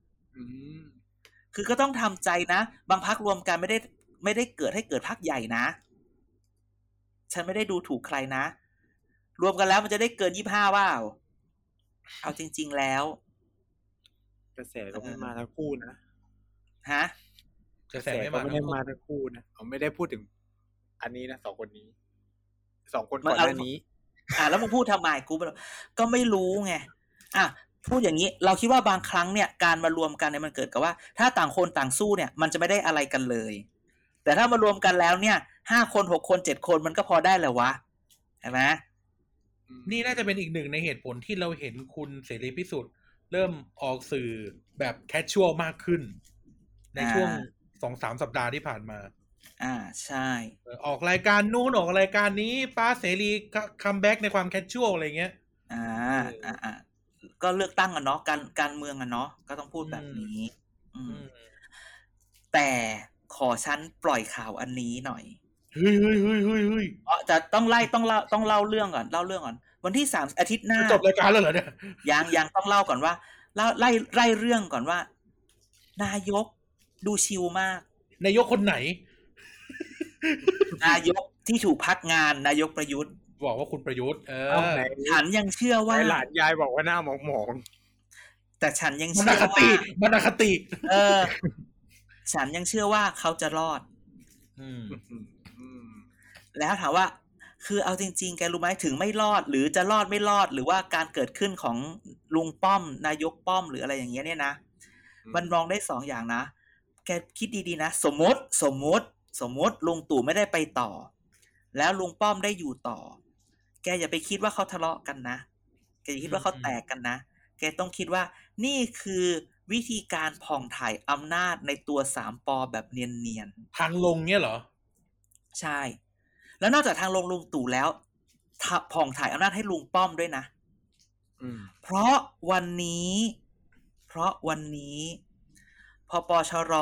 คือก็ต้องทำใจนะบางพรรครวมกันไม่ได้ไม่ได้เกิดให้เกิดพรรคใหญ่นะฉันไม่ได้ดูถูกใครนะรวมกันแล้วมันจะได้เกินยี่สิบห้าว่าเอาจริงๆแล้วกระแสก็ไม่มาทั้งคู่นะฮะกระแสก็ไม่ได้มาทั้งคู่นะผมไม่ได้พูดถึงอันนี้นะสองคนนี้สองคนก่อนหน้านี้อ่ะแล้วมึงพูดทำไมกูก็ไม่รู้ไงอ่ะพูดอย่างนี้เราคิดว่าบางครั้งเนี่ยการมารวมกันเนี่ยมันเกิดกับว่าถ้าต่างคนต่างสู้เนี่ยมันจะไม่ได้อะไรกันเลยแต่ถ้ามารวมกันแล้วเนี่ยห้าคนหกคนเจ็ดคนมันก็พอได้แหละวะใช่ไหมนี่น่าจะเป็นอีกหนึ่งในเหตุผลที่เราเห็นคุณเสรีพิสุทธิ์เริ่มออกสื่อแบบแคชชวลมากขึ้นในช่วง สองถึงสาม สัปดาห์ที่ผ่านมาอ่าใช่ออกรายการนู้นออกรายการนี้ป้าเสรีคัมแบ็กในความแคชชวลอะไรเงี้ยอ่าอ่าอ่าก็เลือกตั้งอ่ะเนาะการการเมืองอ่ะเนาะก็ต้องพูดแบบนี้อืมแต่ขอฉันปล่อยข่าวอันนี้หน่อยเฮ้ยเฮ้ยเฮ้ยเฮ้ยเฮ้ยอ๋อจะต้องไล่ต้องเล่าต้องเล่าเรื่องก่อนเล่าเรื่องก่อนวันที่สามอาทิตย์หน้าจบรายการแล้วเหรอเนี่ยยังยังต้องเล่าก่อนว่าเล่าไล่ไล่เรื่องก่อนว่านายกดูชิลมากนายกคนไหนนายกที่ถูกพักงานนายกประยุทธ์บอกว่าคุณประยุทธ์เออฉันยังเชื่อว่าหลานยายบอกว่าหน้าหมองๆแต่ฉันยังเชื่อว่ามันอคติเออฉันยังเชื่อว่าเขาจะรอดอืมแล้วถามว่าคือเอาจริงๆแกรู้ไหมถึงไม่รอดหรือจะรอดไม่รอดหรือว่าการเกิดขึ้นของลุงป้อมนายกป้อมหรืออะไรอย่างเงี้ยเนี่ยนะมันมองได้สองอย่างนะแกคิดดีๆนะสมมติสมมติสมมติลุงตู่ไม่ได้ไปต่อแล้วลุงป้อมได้อยู่ต่อแกอย่าไปคิดว่าเขาทะเลาะกันนะแกอย่าคิดว่าเขาแตกกันนะแกต้องคิดว่านี่คือวิธีการผ่องถ่ายอำนาจในตัวสามปอแบบเนียนๆทางลงเนี่ยเหรอใช่แล้วนอกจากทางลงลุงตู่แล้วผ่องถ่ายอำนาจให้ลุงป้อมด้วยนะเพราะวันนี้เพราะวันนี้พปชร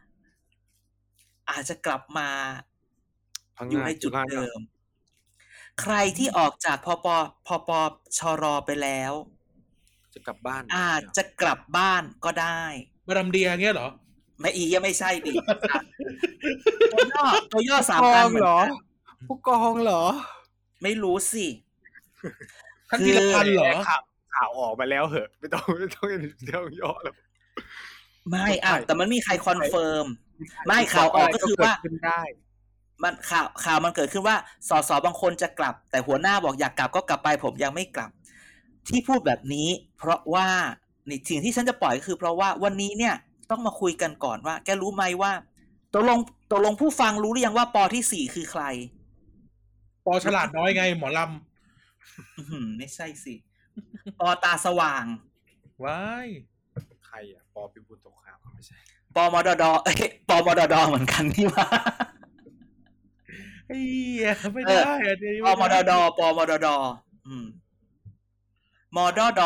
อาจจะกลับมาอยู่ในจุดเดิมใครที่ออกจากพปพปชรไปแล้วจะกลับบ้านอาจจะกลับบ้านก็ได้มาดามเดียเงี้ยเหรอไม่อียังไม่ใช่ดิตัวย่อตัวย่อสามอันเหรอผู้กองเหรอไม่รู้สิท่านธีรพันธ์เหรอข่าวออกมาแล้วเหอะไม่ต้องไม่ต้องเรื่องย่อแล้วไม่อ่ะแต่มันมีใครคอนเฟิร์มไม่ข่าวออกก็คือว่ามันข่าวข่าวมันเกิดขึ้นว่าสสบางคนจะกลับแต่หัวหน้าบอกอยากกลับก็กลับไปผมยังไม่กลับที่พูดแบบนี้เพราะว่านี่สิ่งที่ฉันจะปล่อยก็คือเพราะว่าวันนี้เนี่ยต้องมาคุยกันก่อนว่าแกรู้ไหมว่าตกลงตกลงผู้ฟังรู้หรือยังว่าปอที่สี่คือใครปอฉลาดน้อยไงหมอลำไม่ใช่สิปอตาสว่างว้ายใครอ่ะปอพิบูลสงครามไม่ใช่ปอมดดเอ้ยปอมดดเหมือนกันที่ว่าเฮ้ยไม่ได้อ่ะปอมดดปอมดดอืมมดด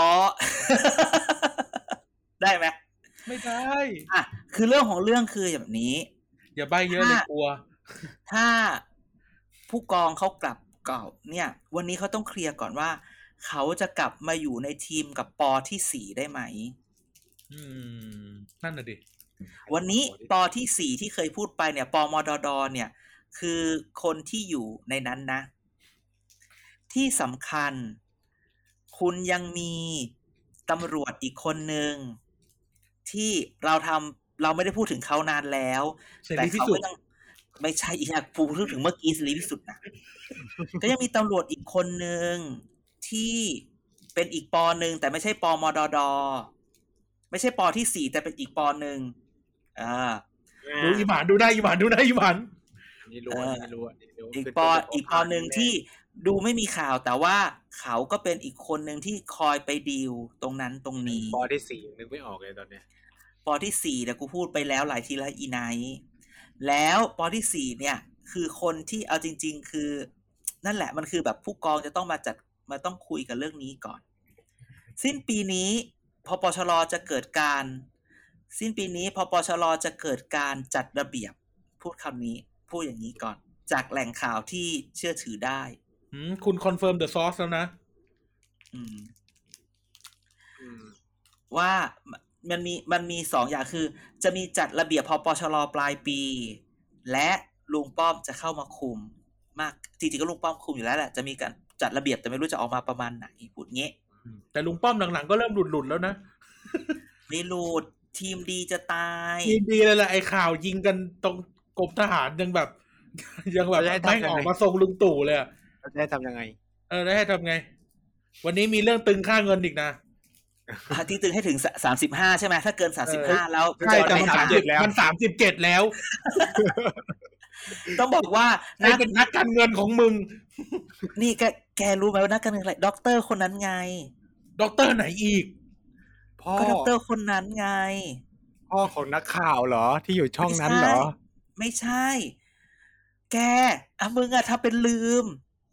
ได้ไหมไม่ได้อ่ะคือเรื่องของเรื่องคือแบบนี้อย่าใบเยอะเลยกลัวถ้าผู้กองเขากลับเก่าเนี่ยวันนี้เขาต้องเคลียร์ก่อนว่าเขาจะกลับมาอยู่ในทีมกับปอที่สี่ได้ไหมอืมนั่นน่ะดิวันนี้ปอที่สี่ที่เคยพูดไปเนี่ยปอมดดเนี่ยคือคนที่อยู่ในนั้นนะที่สำคัญคุณยังมีตำรวจอีกคนหนึ่งที่เราทำเราไม่ได้พูดถึงเขานานแล้วแต่เขาก็ยังไม่ใช่อีกอย่างพูดถึงเมื่อกี้เสรีพิสุทธิ์นะก็ยังมีตำรวจอีกคนหนึ่งที่เป็นอีกปอหนึ่งแต่ไม่ใช่ปอมดดไม่ใช่ปอที่สี่แต่เป็นอีกปอหนึ่งอ่าดูอีหมานดูได้อีหมานดูได้อีหมานนี่รู้นี่รู้อีกปออีกปอหนึ่งที่ดูไม่มีข่าวแต่ว่าเขาก็เป็นอีกคนหนึ่งที่คอยไปดีลตรงนั้นตรงนี้ปอที่สี่นึกไม่ออกเลยตอนเนี้ยปอที่สี่เนี่ยกูพูดไปแล้วหลายทีแล้วอีไนท์แล้วปอที่สี่เนี่ยคือคนที่เอาจริงๆคือนั่นแหละมันคือแบบผู้กองจะต้องมาจัดมาต้องคุยกันเรื่องนี้ก่อนสิ้นปีนี้พปชรจะเกิดการสิ้นปีนี้พปชรจะเกิดการจัดระเบียบพูดคำนี้พูดอย่างนี้ก่อนจากแหล่งข่าวที่เชื่อถือได้อืมคุณคอนเฟิร์มเดอะซอร์สแล้วนะอืมว่ามันมีมันมีสองอย่างคือจะมีจัดระเบียบพปชรปลายปีและลุงป้อมจะเข้ามาคุมมากจริงๆก็ลุงป้อมคุมอยู่แล้วแหละจะมีการจัดระเบียบแต่ไม่รู้จะออกมาประมาณไหนพูดงี้แต่ลุงป้อมหลังๆก็เริ่มหลุดๆแล้วนะไม่หลุดทีมดีจะตายทีมดีเลยแหละไอ้ข่าวยิงกันตรงกรมทหารยังแบบยังแบบไม่ออกมาส่งลุงตู่เลยอ่ะจะให้ทำยังไงเออได้ให้ทำไงวันนี้มีเรื่องตึงค่าเงินอีกนะที่ตึงให้ถึงสามสิบห้าใช่ไหมถ้าเกินสามสิบห้าแล้วใช่แต่มันสามสิบแล้วมันสามสิบเจ็ดแล้วต้องบอกว่านี่เป็นนักการเงินของมึงนี่แกแกรู้ไหมว่านักการเงินอะไรด็อกเตอร์คนนั้นไงด็อกเตอร์ไหนอีกพ่อก็ด็อกเตอร์คนนั้นไงพ่อของนักข่าวเหรอที่อยู่ช่องนั้นเหรอไม่ใช่แกอ่ะมึงอะถ้าเป็นลืม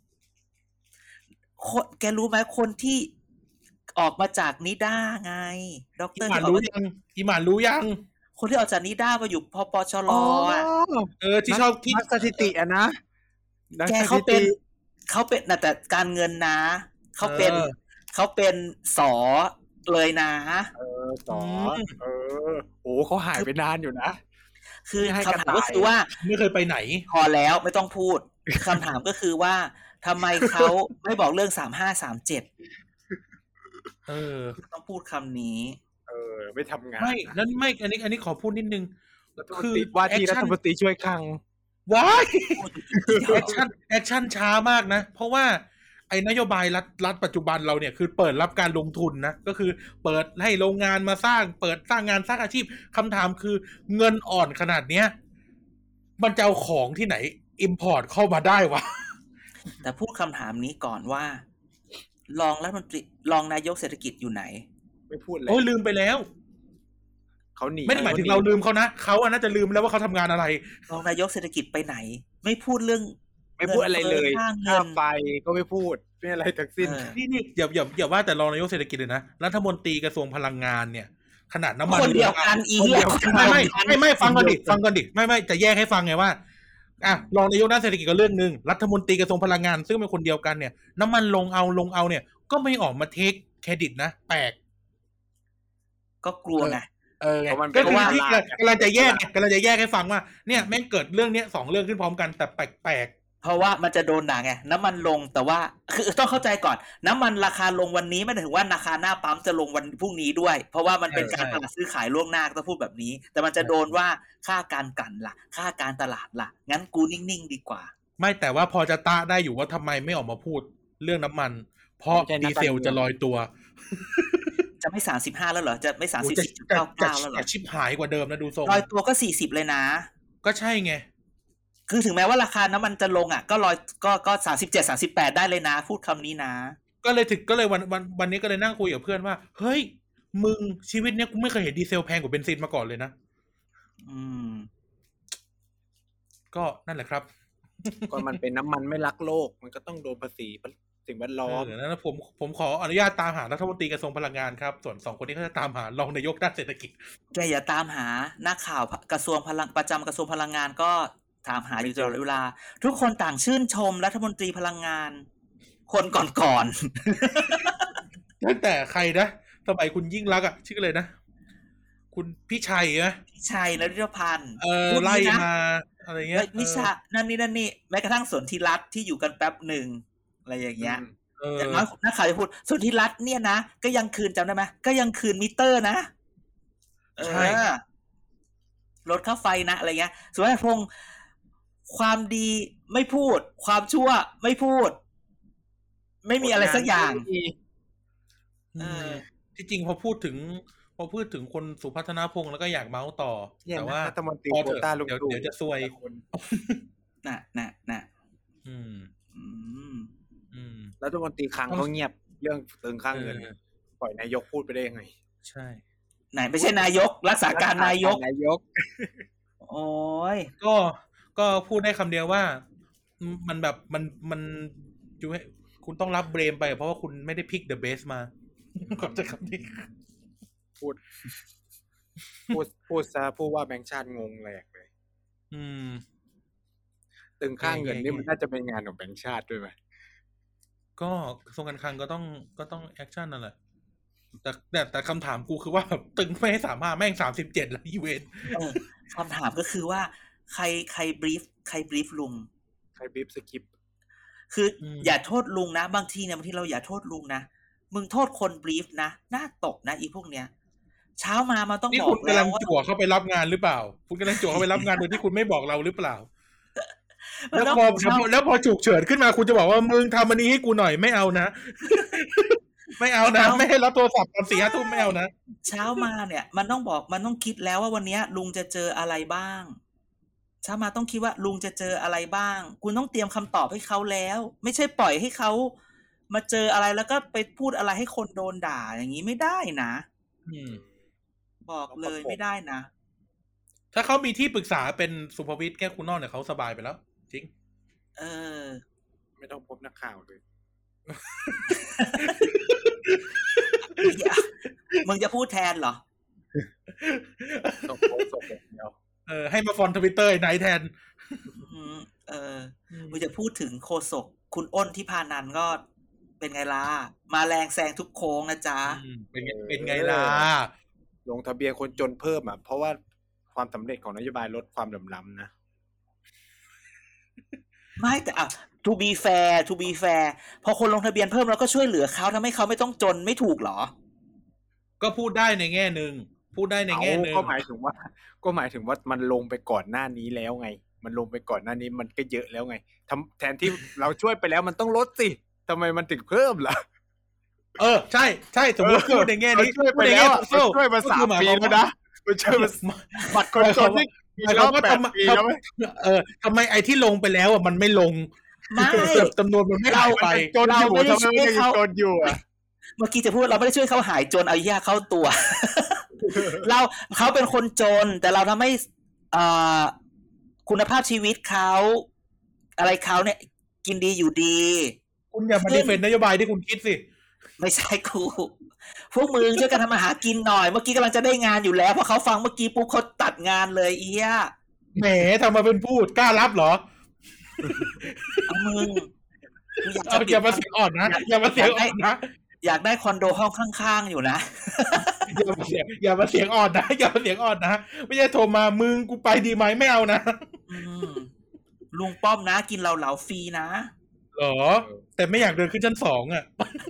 คนแกรู้ไหมคนที่ออกมาจากนิด้าไงด็อกเตอร์ที่รู้ยังอีหมานรู้ยังคนที่ออกจากนิด้ามาอยู่พปชรอ่ะเออที่ชอบคิดสถิติอะนะแกเขาเป็นเขาเป็นน่ะแต่การเงินนะเขาเป็นเขาเป็นสอเลยนะเออสอเออโอ้เขาหายไปนานอยู่นะคือคำถามก็คือว่าไม่เคยไปไหนพอแล้วไม่ต้องพูดคำถามก็คือว่าทำไมเขาไม่บอกเรื่องสามห้าสามเจ็ดเออต้องพูดคำนี้เออไม่ทำงานไม่นั่นไม่อันนี้อันนี้ขอพูดนิดนึงคือว่าที่รัฐมนตรีช่วยคลังว้ายแอคชั่นแอคชั่นช้ามากนะเพราะว่าไอ้นโยบายรัฐรัฐปัจจุบันเราเนี่ยคือเปิดรับการลงทุนนะก็คือเปิดให้โรงงานมาสร้างเปิดสร้างงานสร้างอาชีพคำถามคือเงินอ่อนขนาดเนี้ยมันจะเอาของที่ไหนอิมพอร์ตเข้ามาได้วะแต่พูดคำถามนี้ก่อนว่ารองรัฐมนตรีรองนายกเศรษฐกิจอยู่ไหนไม่พูดเลยโอ้ยลืมไปแล้วเขาหนีไม่ได้หมายถึงเราลืมเขานะเขาอ่ะน่าจะลืมแล้วว่าเขาทำงานอะไรรองนายกเศรษฐกิจไปไหนไม่พูดเรื่องไม่พูดอะไรเลยค่าไฟก็ไม่พูดไม่อะไรทั้งสิ้นนี่นี่อย่าอย่าอย่าว่าแต่รองนายกเศรษฐกิจเลยนะรัฐมนตรีกระทรวงพลังงานเนี่ยขนาดน้ำมันคนเดียวกันอีกไม่ไม่ไม่ไม่ฟังก่อนดิฟังก่อนดิไม่ไม่จะแยกให้ฟังไงว่าอ่ะรองนายกด้านเศรษฐกิจก็เรื่องนึงรัฐมนตรีกระทรวงพลังงานซึ่งเป็นคนเดียวกันเนี่ยน้ำมันลงเอาลงเอาเนี่ยก็ไม่ออกมาเทคเครดิตนะแปลกก็กลัวไงเออก็คือที่กำลังจะแยกกำลังจะแยกให้ฟังว่าเนี่ยแม่งเกิดเรื่องเนี้ยสองเรื่องขึ้นพร้อมกันแต่แปลกๆเพราะว่ามันจะโดนด่าไงน้ำมันลงแต่ว่าคือต้องเข้าใจก่อนน้ำมันราคาลงวันนี้ไม่ได้ถึงว่าราคาหน้าปั๊มจะลงวันพรุ่งนี้ด้วยเพราะว่ามันเป็นการตลาดซื้อขายล่วงหน้าต้องพูดแบบนี้แต่มันจะโดนว่าค่าการกลั่นล่ะค่าการตลาดล่ะงั้นกูนิ่งๆดีกว่าไม่แต่ว่าพอจะตะได้อยู่ว่าทำไมไม่ออกมาพูดเรื่องน้ำมันเพราะดีเซลจะลอยตัวจะไม่สามสิบห้าแล้วเหรอจะไม่ สามสิบสี่จุดเก้าเก้า แล้วเหรอชิบหายกว่าเดิมนะดูทรงลอยตัวก็สี่สิบเลยนะก็ใช่ไงคือถึงแม้ว่าราคาน้ำมันจะลงอ่ะก็ลอยก็ก็สามสิบเจ็ด สามสิบแปดได้เลยนะพูดคำนี้นะก็เลยถึงก็เลยวันวันวันนี้ก็เลยนั่งคุยกับเพื่อนว่าเฮ้ยมึงชีวิตเนี้ยกูไม่เคยเห็นดีเซลแพงกว่าเบนซินมาก่อนเลยนะอืมก็นั่นแหละครับก็มันเป็นน้ำมันไม่รักโลกมันก็ต้องโดนภาษีสิ่งแวดล้อมเดี๋ยวนะผมผมขออนุญาตตามหารัฐมนตรีกระทรวงพลังงานครับส่วนสองคนนี้ก็จะตามหารองนายกด้านเศรษฐกิจแกอย่าตามหานักข่าวกระทรวงพลังประจำกระทรวงพลังงานก็ถามหาอยู่ตลอดเวลาทุกคนต่างชื่นชมรัฐมนตรีพลังงานคนก่อนๆตั้งแต่ใครนะสมัยคุณยิ่งรักอ่ะชื่อเลยนะคุณพี่ชัยนะพี่ชัยนฤทธพันธ์เออไล่มาอะไรเงี้ยวิชานั่นนี่นั่นนี่แม้กระทั่งสนธิรัตน์ที่อยู่กันแป๊บหนึ่งอะไรอย่างเงี้ยอย่างน้อยนักข่าวจะพูดสุทธิรัตน์เนี่ยนะก็ยังคืนจำได้ไหมก็ยังคืนมิเตอร์นะใช่ลดค่าไฟนะอะไรเงี้ยสุวรรณพงษ์ความดีไม่พูดความชั่วไม่พูดไม่มีอะไรสักอย่างเออที่จริงพอพูดถึงพอพูดถึงคนสุพัฒนพงษ์แล้วก็อยากเมาส์ต่อแต่ว่าพอเถอะเดี๋ยวเดี๋ยวจะซวยน่ะน่ะน่ะอืมอืมอืมรัฐมนตรีคลังก็เงียบเรื่องตึงค่าเงินปล่อยนายกพูดไปได้ยังไงใช่ไหนไม่ใช่นายกรักษาการนายกนายกโอ้ยก็ก็พูดได้คำเดียวว่ามันแบบมันมันจูให้คุณต้องรับเบรมไปเพราะว่าคุณไม่ได้พิกเดอะเบสมาขอบใจคำนี้พูดพูดพูดซะพูดว่าแบงค์ชาติงงแหลกเลยอืมตึงค่าเงินนี่มันน่าจะเป็นงานของแบงค์ชาติด้วยไหมก็กระทรวงการคลังก็ต้องก็ต้องแอคชั่นนั่นแหละแต่แต่แต่คำถามกูคือว่าตึงไม่ให้สามารถแม่งสามสิบเจ็ดแล้วอีเวนต์คำถามก็คือว่าใครใครบรีฟใครบรีฟลุงใครบรีฟสคริปต์คืออย่าโทษลุงนะบางทีเนี่ยบางทีเราอย่าโทษลุงนะมึงโทษคนบรีฟนะน่าตกนะอีพวกเนี้ยเช้ามามันต้องบอกแล้วว่าคุณกำลังจั่วเข้าไปรับงานหรือเปล่าคุณกำลังจั่วเข้าไปรับงานโดยที่คุณไม่บอกเราหรือเปล่าแล้วพอแล้วพอฉุกเฉินขึ้นมาคุณจะบอกว่ามึงทำอันนี้ให้กูหน่อยไม่เอานะไม่เอานะไม่ให้รับโทรศัพท์ตอนสี่ห้าทุ่มไม่เอานะเช้ามาเนี่ยมันต้องบอกมันต้องคิดแล้วว่าวันนี้ลุงจะเจออะไรบ้างเช้ามาต้องคิดว่าลุงจะเจออะไรบ้างคุณต้องเตรียมคำตอบให้เขาแล้วไม่ใช่ปล่อยให้เขามาเจออะไรแล้วก็ไปพูดอะไรให้คนโดนด่าอย่างนี้ไม่ได้นะบอกเลยไม่ได้นะถ้าเขามีที่ปรึกษาเป็นสุภวิทย์แก้วคุณนอกเนี่ยเขาสบายไปแล้วจริงเออไม่ต้องพบนักข่าวเลยมึงจะพูดแทนเหรอส่งส่งเดียวเออให้มาฟอนทวิตเตอร์ไอ้ไหนแทนเออมึงจะพูดถึงโฆษกคุณอ้นที่พานันก็เป็นไงล่ะมาแรงแซงทุกโค้งนะจ๊ะเป็นไงเป็นไงล่ะลงทะเบียนคนจนเพิ่มอ่ะเพราะว่าความสำเร็จของนโยบายลดความเหลื่อมล้ำนะไม่แต่อ่ะ to be fair to be fair พอคนลงทะเบียนเพิ่มเราก็ช่วยเหลือเขาทำให้เขาไม่ต้องจนไม่ถูกหรอก็พูดได้ในแง่นึงพูดได้ในแง่นึงก็หมายถึงว่าก็หมายถึงว่ามันลงไปก่อนหน้านี้แล้วไงมันลงไปก่อนหน้านี้มันก็เยอะแล้วไงทำแทนที่เราช่วยไปแล้วมันต้องลดสิทำไมมันถึงเพิ่มล่ะเออใช่ใช่สมมติพูดในแง่นี้ช่วยไปแล้วช่วยมาสามปีแล้วนะมันช่วยมาบัตรคนจนที่เราก็ทำเออทำไมไอ้ที่ลงไปแล้วอ่ะมันไม่ลงไม่จำนวนมันไม่เท่าไปจนอยู่ทำไมไม่ยังจนอยู่อ่ะเมื่อกี้จะพูดเราไม่ได้ช่วยเขาหายจนเอายาเข้าตัวเราเขาเป็นคนจนแต่เราทำให้อ่าคุณภาพชีวิตเขาอะไรเขาเนี่ยกินดีอยู่ดีคุณอย่ามาดีเฟนต์นโยบายที่คุณคิดสิไม่ใช่ครูพวกมึงช่วยกันทำมาหากินหน่อยเมื่อกี้กำลังจะได้งานอยู่แล้วพอเขาฟังเมื่อกี้ปุ๊บเขาตัดงานเลยเอี้ยแหมทำมาเป็นพูดกล้ารับเหรอเอามึงอย่ามาเสียงอ่อนนะอย่ามาเสียงอ่อนนะอยากได้คอนโดห้องข้างๆอยู่นะอย่ามาเสียงอย่ามาเสียงอ่อนนะอย่ามาเสียงอ่อนนะไม่ใช่โทรมามึงกูไปดีไหมไม่เอานะลุงป้อมนะกินเราเหลาฟรีนะหรอแต่ไม่อยากเดินขึ้นชั้นสองอ่ะ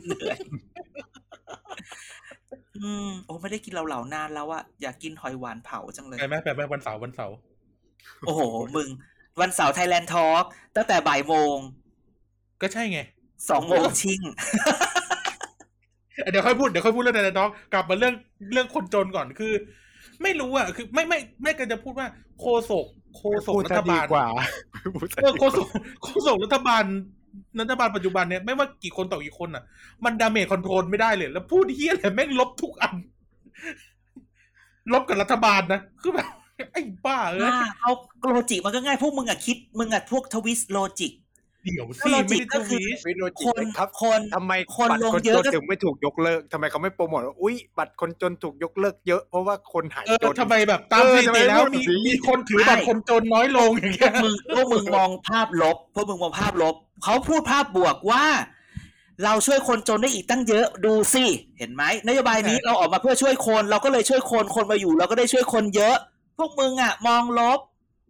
อืมโอ้ไม่ได้กินเราเหลานานแล้วอะอยากกินหอยหวานเผาจังเลยไปไหมไปไหมวันเสาร์วันเสาร์โอ้โหมึงวันเสาร์ Thailand Talk ตั้งแต่บ่ายโมงก็ใช่ไงสองโมงชิ่งเดี๋ยวค่อยพูดเดี๋ยวค่อยพูดเรื่องอะไรน้องกลับมาเรื่องเรื่องคนจนก่อนคือไม่รู้อ่ะคือไม่ไม่ไม่ก็จะพูดว่าโฆษกโฆษกรัฐบาลกว่าเออโฆษกโฆษกรัฐบาลรัฐบาลปัจจุบันเนี่ยไม่ว่ากี่คนต่อกี่คนอ่ะมันดาเมจคอนโทรลไม่ได้เลยแล้วพูดเหี้ยอะไรแม่งลบทุกอันลบกับรัฐบาลนะคือแบบไอ้บ้าเอ้ยเอาโลจิกมันก็ง่ายพวกมึงอ่ะคิดมึงอ่ะพวกทวิสต์โลจิกเดี๋ยวสิไม่ได้ทวีตคนครับคนทำไมคนลงเยอะถึงไม่ถูกยกเลิกทำไมเขาไม่โปรโมทว่าอุ้ยบัตรคนจนถูกยกเลิกเยอะเพราะว่าคนหายจนทำไมแบบตามสถิติแล้วมีมีคนถือบัตรคนจนน้อยลงอย่างเงี้ยมึงพวกมึงมองภาพลบพวกมึงมองภาพลบเขาพูดภาพบวกว่าเราช่วยคนจนได้อีกตั้งเยอะดูสิเห็นไหมนโยบายนี้เราออกมาเพื่อช่วยคนเราก็เลยช่วยคนคนมาอยู่เราก็ได้ช่วยคนเยอะพวกมึงอ่ะมองลบ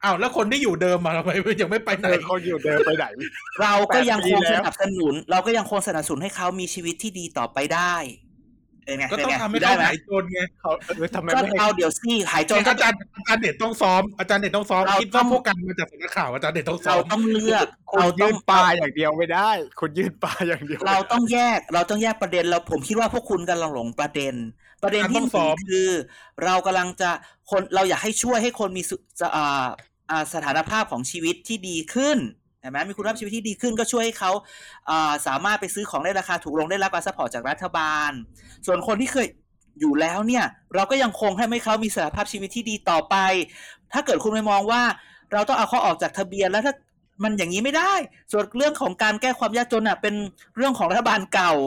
อ้าวแล้วคนที่อยู่เดิมมาทำไมยังไม่ไปไหนเขาอยู่เดิมไปไหนเราก็ยังคงแปดปีสแล้วนับสนุน เราก็ยังคงสนับสนุนให้เขามีชีวิตที่ดีต่อไปได้เออไงก็ต้องเป็นไงทำให้ได้เขาไหมหายจนไงเขาเออทำไมก็ไม่ให้เอาเดี๋ยวซี่หายจนอาจารย์อาจารย์เด็ดต้องซ้อมอาจารย์เด็ดต้องซ้อมเราคิดต้ว่าองพวกกันมาจากสำนักข่าวอาจารย์เด็ดต้องซ้เราอมต้องเลือกคุณเราต้ยืองนปลาอย่างเดียวไม่ได้ คุณยืนปลาอย่างเดียวเราต้องแยกเราต้องแยกประเด็นเราผมคิดว่าพวกคุณกำลังหลงประเด็น ประเด็นที่หนึ่งคือ เรากำลังจะคนเราอยากให้ช่วยให้คนมีสุจะอ่าอ่าสถานภาพของชีวิตที่ดีขึ้นเห็นไหมมีคุณภาพชีวิตที่ดีขึ้นก็ช่วยให้เขาอ่าสามารถไปซื้อของได้ราคาถูกลงได้รับการซัพพอร์ตจากรัฐบาล ส่วนคนที่เคยอยู่แล้วเนี่ย เราก็ยังคงให้ไม่เขามีสถานภาพชีวิตที่ดีต่อไป ถ้าเกิดคุณไปมองว่าเราต้องเอาเขาออกจากทะเบียนแล้วถ้ามันอย่างนี้ไม่ได้ ส่วนเรื่องของการแก้ความยากจนอ่ะเป็นเรื่องของรัฐบาลเก่า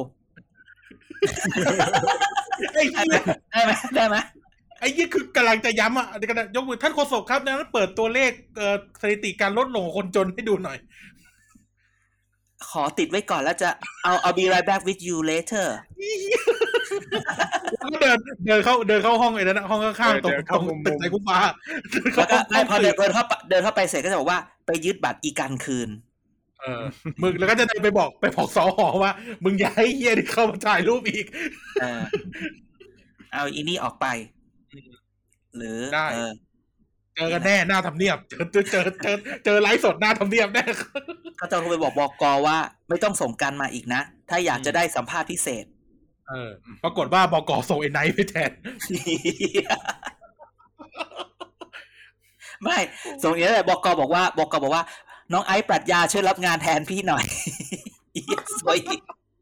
ไอ้เหี้ยได้ไหมได้ไหมไอ้เหี้ยคือกำลังจะย้ำอ่ะเดี๋ยวกันนะยกมือท่านโฆษกครับนั้นเปิดตัวเลขเอ่อสถิติการลดลงของคนจนให้ดูหน่อยขอติดไว้ก่อนแล้วจะเอาเอา be right back with you later แล้วก็เดินเดินเข้าเดินเข้าห้องไอ้นั่นนะห้องข้างๆตรงตรงตึกไทยคุ้มฟ้าเดินเข้าแล้วก็ห้องไม่พอเดินเดินเข้าไปเดินเข้าไปเสร็จก็จะบอกว่าไปยึดบัตรอีกันคืนเออมึงแล้วก็จะเดินไปบอกไปบอกสหว่ามึงอย่าให้เหี้ยนี่เข้ามาถ่ายรูปอีกเออเอาอีนี่ออกไป หรือได้เออเจอกันแน่หน้าทำเนียบเจอเจอเจอเจอเจอไลฟ์สดหน้าทำเนียบแน่เขาจะโทรไปบอกบก.ว่าไม่ต้องส่งกันมาอีกนะ ถ้าอยากจะได้สัมภาษณ์พิเศษเออปรากฏว่าบก.ส่งไอ้ไนท์ไปแทนไม่ส่งอย่างนี้เลยบก.บอกว่าบก.บอกว่า น้องไอซ์ปรัชญาช่วยรับงานแทนพี่หน่อย สวยอีก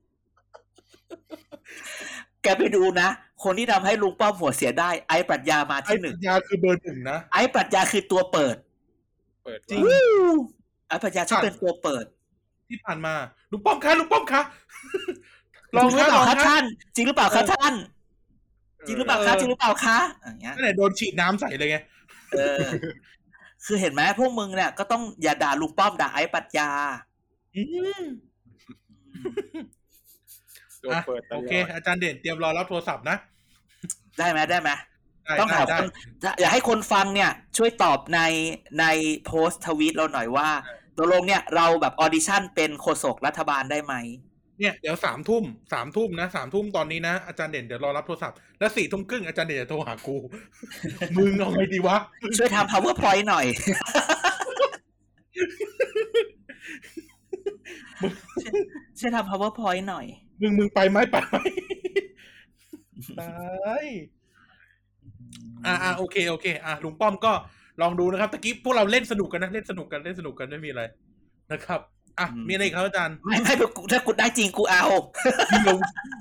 แกไปดูนะคนที่ทำให้ลุงป้อมหัวเสียได้ไอซ์ปรัชญามาไอ้ที่หปันึ่งญญาคือเบอร์หนึ่งนะไอซ์ปรัชญาคือตัวเปิดเปิดจริงไอซ์ปรัชญาชอบเป็นตัวเปิดที่ผ่านมาลุงป้อมคะลุงป้อมคะลองหรือเปล่าลคะงท่าน จริงหรือเปล่าคะท่าน จริงหรือเปล่าคะจริงหรือเปล่าคะอย่างเงี้ยนั่นแหละโดนฉีดน้ำใส่เลยไงเออ คือเห็นไหมพวกมึงเนี่ยก็ต้องอย่าด่าลุงป้อมด่าไอ้ปรัชญาอืมตัวอ่ะเปิดตลโออดเค อาจารย์เด่นเตรียมรอรับโทรศัพท์นะได้ไหมได้ไหมได้ต้องได้ถามได้คนอยากให้คนฟังเนี่ย ช่วยตอบในในโพสต์ทวีตเราหน่อยว่าตกลงเนี่ยเราแบบออดิชั่นเป็นโฆษกรัฐบาลได้ไหมเนี่ยเดี๋ยวสามทุ่มสามทุ่มนะสามทุ่มตอนนี้นะอาจารย์เด่นเดี๋ยวรอรับโทรศัพท์แล้วสี่ทุ่มครึ่งอาจารย์เด่นจะโทรหากู มึงเอาไงดีวะช่วยทำ powerpoint หน่อย ช่วยทำ powerpoint หน่อยมึงมึงไปไหมไปไหมไปอ่าอ่าโอเคโอเคอ่ะลุงป้อมก็ลองดูนะครับตะกี้พวกเราเล่นสนุกกันนะเล่นสนุกกันเล่นสนุกกันไม่มีอะไรนะครับอ่ะอืมมีอะไรอีกครับอาจารย์ไม่ไม่ถ้ากูได้จริงกูเอามีลง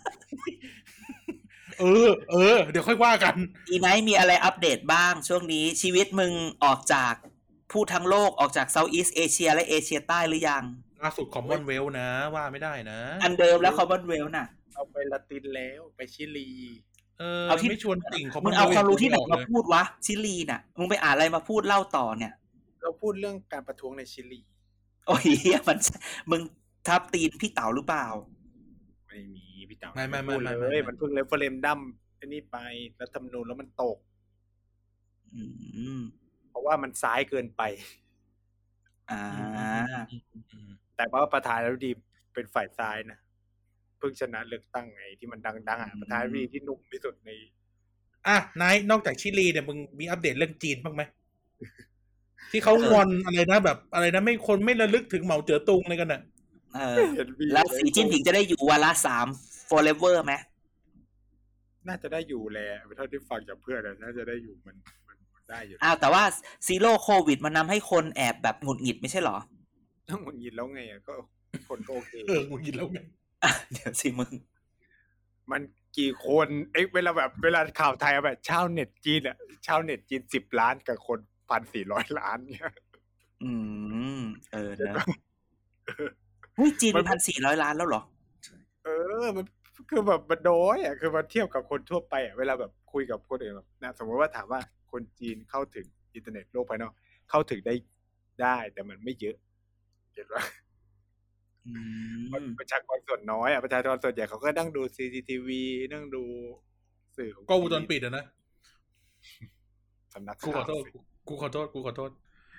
เออเออเดี๋ยวค่อยว่ากันอีไนท์มีอะไรอัปเดตบ้างช่วงนี้ชีวิตมึงออกจากผู้ทั้งโลกออกจากเซาท์อีสต์เอเชียและเอเชียใต้หรือยังล่าสุดคอมมอนเวลนะว่าไม่ได้นะอันเดิมแล้วคอมมอนเวลน่ะเอาไปละตินแล้วไปชิลีเออเอาที่ไม่ชวนติ่งคอมมมึอนงเวลเอาความรู้ที่ไหนบอกมาเลยพูดวะชิลีน่ะมึงไปอ่านอะไรมาพูดเล่าต่อเนี่ยเราพูดเรื่องการประท้วงในชิลีโอ้ยเหี้ยมันมึงทับตีนพี่เต๋าหรือเปล่าไม่มีพี่เต๋าไม่ไม่ไม่พูดไม่เลไม่ยมันเพิ่งเรฟเฟอเรนดัมไอ้นี่ไปรัฐธรรมนูญแล้วมันตกอืมเพราะว่ามันซ้ายเกินไปอ่าอืมแต่ว่าประธานาธิบดีเป็นฝ่ายซ้ายนะเพิ่งชนะเลือกตั้งไงที่มันดังๆอ่ะประธานาธิบดีที่หนุ่มที่สุดในอ่ะนายนอกจากชิลีเนี่ยมึงมีอัปเดตเรื่องจีนบ้างไหม ที่เขางอนอะไรนะแบบอะไรนะไม่คนไม่ระลึกถึงเหมาเจ๋อตุงอะไรกันน่ะเออ แล้วสีจิ้นผิงจะได้อยู่วาระสาม forever ไหมน่าจะได้อยู่แหละเท่าที่ฟังจากเพื่อนอะน่าจะได้อยู่มันมันมันได้อยู่อ้าวแต่ว่าซีโร่โควิดมันนำให้คนแอบแบบหงุดหงิดไม่ใช่เหรอต้องหงุดหงิดแล้วไงอะก็คนก็โอเคเออกูยินแล้วไงอ่ะเดี๋ยวสิมึงมันกี่คนเอ้ยเวลาแบบเวลาข่าวไทยอะแบบชาวเน็ตจีนอะชาวเน็ตจีนสิบล้านกับคนพันสี่ร้อยล้านเนี่ยอืม เออนะหุ้ยจีนเป็นพันสี่ร้อยล้านแล้วเหรอเออมันคือแบบมันน้อยอ่ะคือมันเทียบกับคนทั่วไปอ่ะเวลาแบบคุยกับคนอื่นแบบนะสมมติว่าถามว่าคนจีนเข้าถึงอินเทอร์เน็ตโลกภายนอกเข้าถึงได้ได้แต่มันไม่เยอะเห็นปะอืมประชากรส่วนน้อยอ่ะประชากรส่วนใหญ่เขาก็นั่งดู ซี ซี ที วี นั่งดูสื่อของก็วงจรปิดอะนะสำนักกูขอข่าวโทษกูขอโทษกูขอโทษ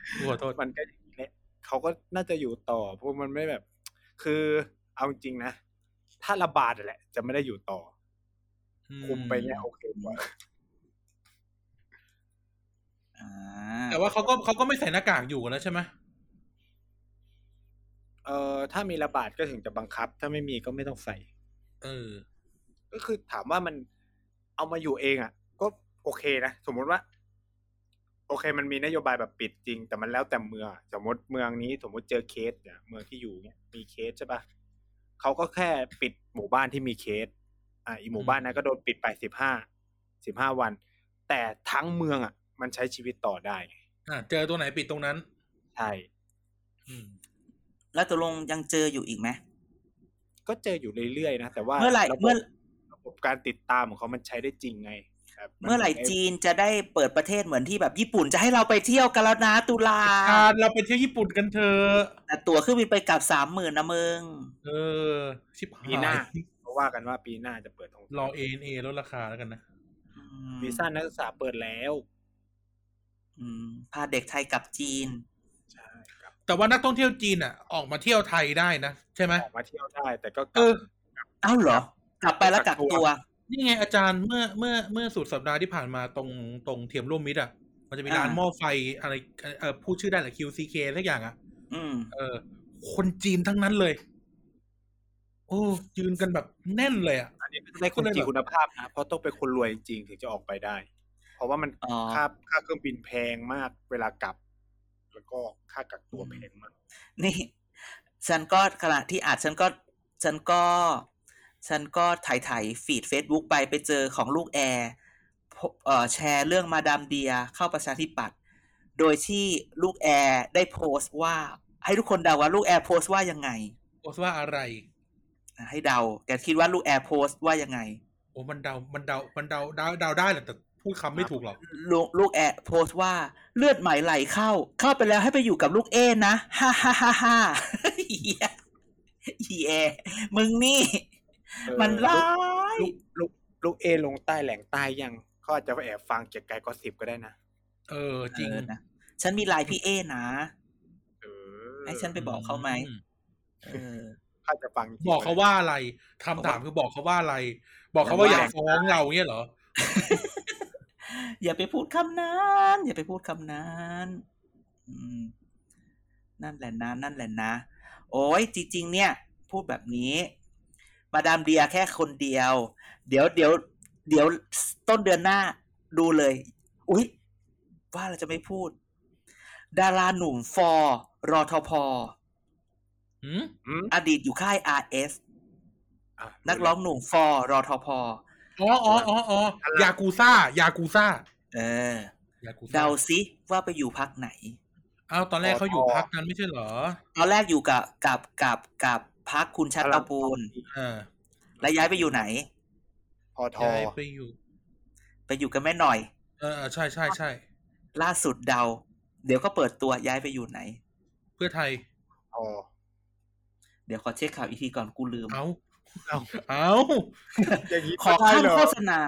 ขอโทษมันก็อย่างนี้แหละเขาก็น่าจะอยู่ต่อเพราะมันไม่แบบคือเอาจริงนะถ้าระบาดแหละจะไม่ได้อยู่ต่อคุมไปเนี่ยโอเคกว่าแต่ว่าเขาก็เขาก็ไม่ใส่หน้ากากอยู่กันแล้วใช่ไหมเอ่อถ้ามีระบาดก็ถึงจะบังคับถ้าไม่มีก็ไม่ต้องใส่เออก็คือถามว่ามันเอามาอยู่เองอ่ะก็โอเคนะสมมติว่าโอเคมันมีนโยบายแบบปิดจริงแต่มันแล้วแต่เมืองสมมติเมืองนี้สมมติเจอเคสเนี่ยเมืองที่อยู่เนี่ยมีเคสใช่ปะเขาก็แค่ปิดหมู่บ้านที่มีเคสอ่าอีหมู่บ้านนั้นก็โดนปิดไปสิบห้าสิบห้าวันแต่ทั้งเมืองอ่ะมันใช้ชีวิตต่อได้อ่าเจอตัวไหนปิดตรงนั้นใช่แล้วตกลงยังเจออยู่อีกไหมก็เจออยู่เรื่อยๆนะแต่ว่าเมื่อไหร่เมื่อระบบการติดตามของเขามันใช้ได้จริงไงเมื่อไหร่จีนจะได้เปิดประเทศเหมือนที่แบบญี่ปุ่นจะให้เราไปเที่ยวกันแล้วนะตุลาเราไปเที่ยวญี่ปุ่นกันเถอะแต่ตั๋วเครื่องบินไปกลับ สามหมื่น นะมึงเออชิบหายปีหน้าเพราะว่ากันว่าปีหน้าจะเปิดรอ เอ เอ็น เอ ลดราคาแล้วกันนะวีซ่านักศึกษาเปิดแล้วอืมพาเด็กไทยกลับจีนใช่ครับแต่ว่านักท่องเที่ยวจีนอ่ะออกมาเที่ยวไทยได้นะใช่ไหมออกมาเที่ยวได้แต่ก็เออเอ้าเหรอกลับไปแล้วกักตัวนี่ไงอาจารย์เมื่อเมื่อเมื่อสุดสัปดาห์ที่ผ่านมาตรงตรงเทียมร่วมมิตรอ่ะมันจะมีร้านหม้อไฟอะไรเอ่อพูดชื่อได้แหละ คิว ซี เค สักอย่างอ่ะอืมเออคนจีนทั้งนั้นเลยโอ้ยืนกันแบบแน่นเลยอ่ะอันนี้ไม่ใช่คนจีนคุณภาพนะเพราะต้องเป็นคนรวยจริงถึงจะออกไปได้เพราะว่ามันค่าค่าเครื่องบินแพงมากเวลากลับแล้วก็ค่ากักตัวแพงมากนี่ฉันก็ขณะที่อาจฉันก็ฉันก็ฉันก็ถ่ายถ่ายฟีด Facebook ไปไปเจอของลูกแอร์เอ่อแชร์เรื่องมาดามเดียเข้าประชาธิปัตย์โดยที่ลูกแอร์ได้โพสต์ว่าให้ทุกคนเดาว่าลูกแอร์โพสต์ว่ายังไงโพสต์ว่าอะไรให้เดาแกคิดว่าลูกแอร์โพสต์ว่ายังไงโอ้มันเดามันเดามันเดาเดาเดาได้แหละแต่พูดคำไม่ถูกหรอกลูกลูกแอร์โพสต์ว่าเลือดใหม่ไหลเข้าเข้าไปแล้วให้ไปอยู่กับลูกเอนะฮ่าฮ่าฮ่าฮ่าเฮียเฮียมึงนี่มันร้ายลูกลูกลูกเอลงใต้แหล่งใต้ยังเขาอาจจะไปแอบฟังเกียร์ไกลก็สิบก็ได้นะเออจริงนะฉันมีไลน์พี่เอนะเออให้ฉันไปบอกเขาไหมเออเขาจะฟังบอกเขาว่าอะไรคำถามคือบอกเขาว่าอะไรบอกเขาว่าอยากฟ้องเราเงี้ยเหรออย่าไปพูดคำนั้นอย่าไปพูดคำนั้นอืมนั่นแหละนะนั่นแหละนะโอ้ยจริงๆเนี่ยพูดแบบนี้มาดามเดียแค่คนเดียวเดี๋ยวเดี๋ยวเดี๋ยวต้นเดือนหน้าดูเลยอุ๊ยว่าเราจะไม่พูดดาราหนุ่มฟอร์รทพหืมอดีตอยู่ค่าย อาร์ เอส นักร้องหนุ่มฟอร์รทพอ๋ออ๋ออ๋ออ๋อยากูซ่ายากูซ่าเออเดาซิว่าไปอยู่พักไหนอ้าวตอนแรกเขาอยู่พักนั้นไม่ใช่เหรอตอนแรกอยู่กับกับกับกับพักคุณชัดเตาปูนเออแล้วย้ายไปอยู่ไหนพอทย้ายไปอยู่ไปอยู่กับแม่หน่อยเออใช่ใช่ใช่ล่าสุดเดาเดี๋ยวก็เปิดตัวย้ายไปอยู่ไหนเพื่อไทยอ๋อเดี๋ยวขอเช็คข่าวอีกทีก่อนกูลืมเอาเอาเอาขอข้ามโฆษณา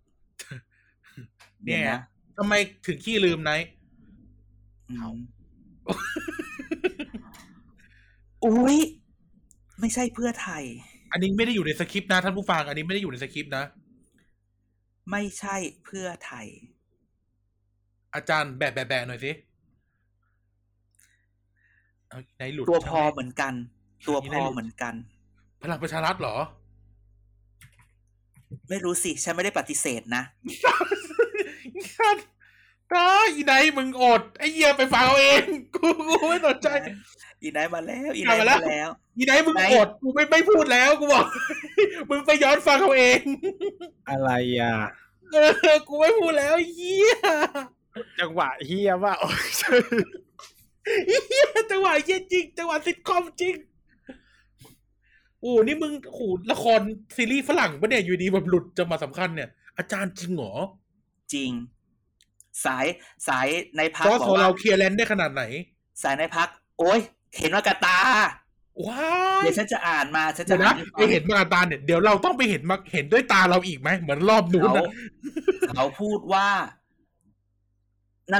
เนี่ยนะทำไมถึงขี้ลืมไนท์อุ้ยไม่ใช่เพื่อไทยอันนี้ไม่ได้อยู่ในสคริปต์นะท่านผู้ฟังอันนี้ไม่ได้อยู่ในสคริปต์นะไม่ใช่เพื่อไทยอาจารย์แบะแบะแบะหน่อยสิไหนหลุดตัวพอเหมือนกันตัวพอเหมือนกันพลังประชารัฐเหรอไม่รู้สิฉันไม่ได้ปฏิเสธนะตาอีไนท์มึงอดไอ้เหี้ยไปฟังเอาเองกูกูไม่สนใจอีไนท์มาแล้วอีไนท์มาแล้วอีไนท์มึงอดกูไม่ไม่พูดแล้วกูบอกมึงไปย้อนฟังเอาเองอะไรอ่ะเออกูไม่พูดแล้วเหี้ยจังหวะเหี้ยว่าโอ้ยเหี้ยจังหวะเหี้ยจริงจังหวะซิทคอมจริงโอ้นี่มึงโหละครซีรีส์ฝรั่งปะเนี่ยอยู่ดีแบบหลุดจังหวะสำคัญเนี่ยอาจารย์จริงเหรอจริงสายสายในพักบอกว่าเราเคลียร์แลนด์ได้ขนาดไหนสายในพักโอ้ยเห็นว่ากระตาว้าเดี๋ยวฉันจะอ่านมาฉันจะนะไปเห็นมากระตาเนี่ยเดี๋ยวเราต้องไปเห็นมาเห็นด้วยตาเราอีกไหมเหมือนรอบนู้นนะเขาพูดว่านั่นแหละ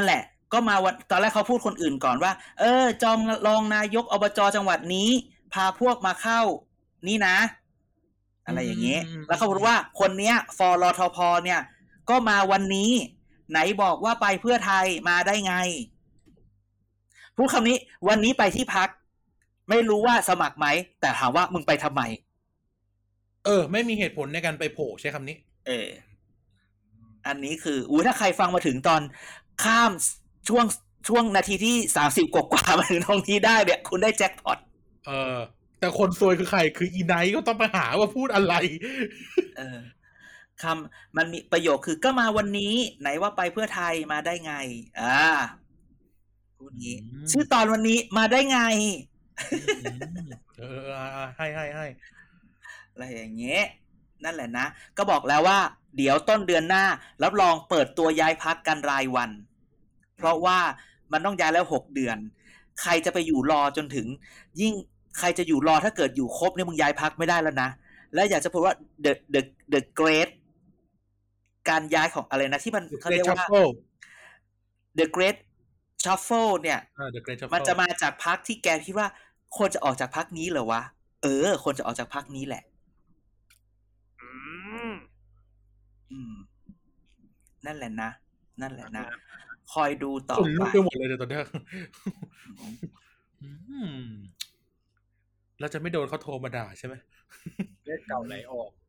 ก็มาวันตอนแรกเขาพูดคนอื่นก่อนว่าเออจองรองนายกอบจจังหวัดนี้พาพวกมาเข้านี่นะอะไรอย่างเงี้ยแล้วเขาพูดว่าคนเนี้ยฟรทพเนี่ยก็มาวันนี้ไหนบอกว่าไปเพื่อไทยมาได้ไงพูดคำนี้วันนี้ไปที่พักไม่รู้ว่าสมัครไหมแต่ถามว่ามึงไปทำไมเออไม่มีเหตุผลในการไปโผล่ใช้คำนี้เอออันนี้คืออุ้ยถ้าใครฟังมาถึงตอนข้ามช่วงช่วงนาทีที่สามสิบกว่าๆมาถึงตรงนี้ได้เนี่ยคุณได้แจ็คพอตเออแต่คนซวยคือใครคืออีไนท์ก็ต้องไปหาว่าพูดอะไรเออคำมันมีประโยคคือก็มาวันนี้ไหนว่าไปเพื่อไทยมาได้ไงอ่าพูดงี้ชื่อตอนวันนี้มาได้ไงเออให้ให้ให้อะไรอย่างเงี้ยนั่นแหละนะก็บอกแล้วว่าเดี๋ยวต้นเดือนหน้ารับรองเปิดตัวย้ายพักกันรายวันเพราะว่ามันต้องย้ายแล้วหกเดือนใครจะไปอยู่รอจนถึงยิ่งใครจะอยู่รอถ้าเกิดอยู่ครบเนี่ยมึงย้ายพักไม่ได้แล้วนะและอยากจะพูดว่า the the the great การย้ายของอะไรนะที่มันเขาเรียกว่า the great shuffle เนี่ยมันจะมาจากพักที่แกคิดว่าคนจะออกจากพักนี้เหรอวะเออคนจะออกจากพักนี้แหละอืมอืมนั่นแหละนะนั่นแหละนะคอยดูต่อไปคนลุกไปหมดเลยเดี๋ยวตอนนี้เราจะไม่โดนเขาโทรมาด่าใช่ไหมเลือดเก่าไหลออก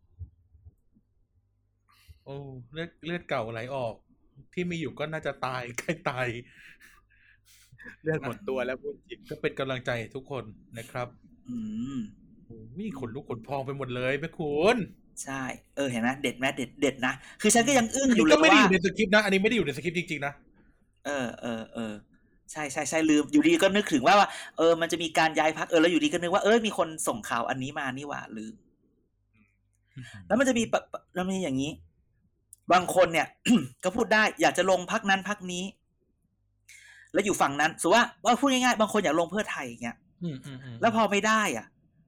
โอ้เลือดเลือดเก่าไหลออกที่มีอยู่ก็น่าจะตายใกล้ตายเลือดหมดตัวแล้วพูดจริงก็เป็นกำลังใจทุกคนนะครับอืมมีขนลุกขนพองไปหมดเลยแม่คุณใช่เออเห็นไหมเด็ดไหมเด็ดเด็ดนะคือฉันก็ยังอึ้งอยู่เลยว่าก็ไม่ได้อยู่ในสคริปต์นะอันนี้ไม่ได้อยู่ในสคริปต์จริงๆนะเออเออเออใช่ใช่ใช่ลืมอยู่ดีก็นึกถึงว่าว่าเออมันจะมีการย้ายพรรคเออแล้วอยู่ดีก็นึกว่าเออมีคนส่งข่าวอันนี้มานี่หว่าลืมแล้วมันจะมีแล้วมีอย่างนี้บางคนเนี่ย ก็พูดได้อยากจะลงพรรคนั้นพรรคนี้แล้วอยู่ฝั่งนั้นสมมติว่าว่าพูดง่ายๆบางคนอยากลงเพื่อไทยอย่างเงี้ยแล้วพอไม่ได้อ่ะ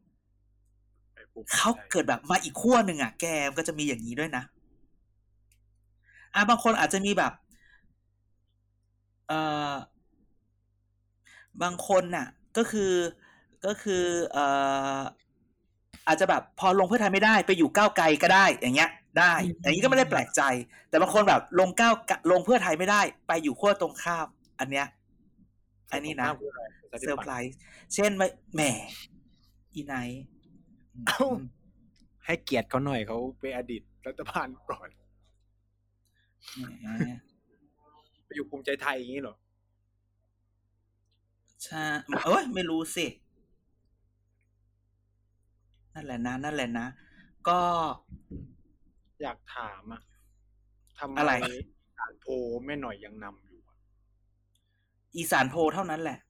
เขาเกิดแบบมาอีกขั้วหนึ่งอ่ะแกก็จะมีอย่างนี้ด้วยนะอ่ะบางคนอาจจะมีแบบเอ่อบางคนน่ะก็คือก็คือเอ่ออาจจะแบบพอลงเพื่อไทยไม่ได้ไปอยู่ก้าวไกลก็ได้อย่างเงี้ยได้อย่างนี้ก็ไม่ได้แปลกใจแต่บางคนแบบลงก้าวลงเพื่อไทยไม่ได้ไปอยู่ขั้วตรงข้ามอันเนี้ยอันนี้นะเซอร์ไพรส์เช่นแหมอีไนท์ให้เกียรติเขาหน่อยเขาเป็นอดีตรัฐบาลก่อนไปอยู่ภูมิใจไทยอย่างนี้เหรอใช่เอ้ยไม่รู้สินั่นแหละนะนั่นแหละนะก็อยากถามอ่ะทำไมอีสานโพแม่หน่อยยังนำอยู่อีสานโพเท่านั้นแหละ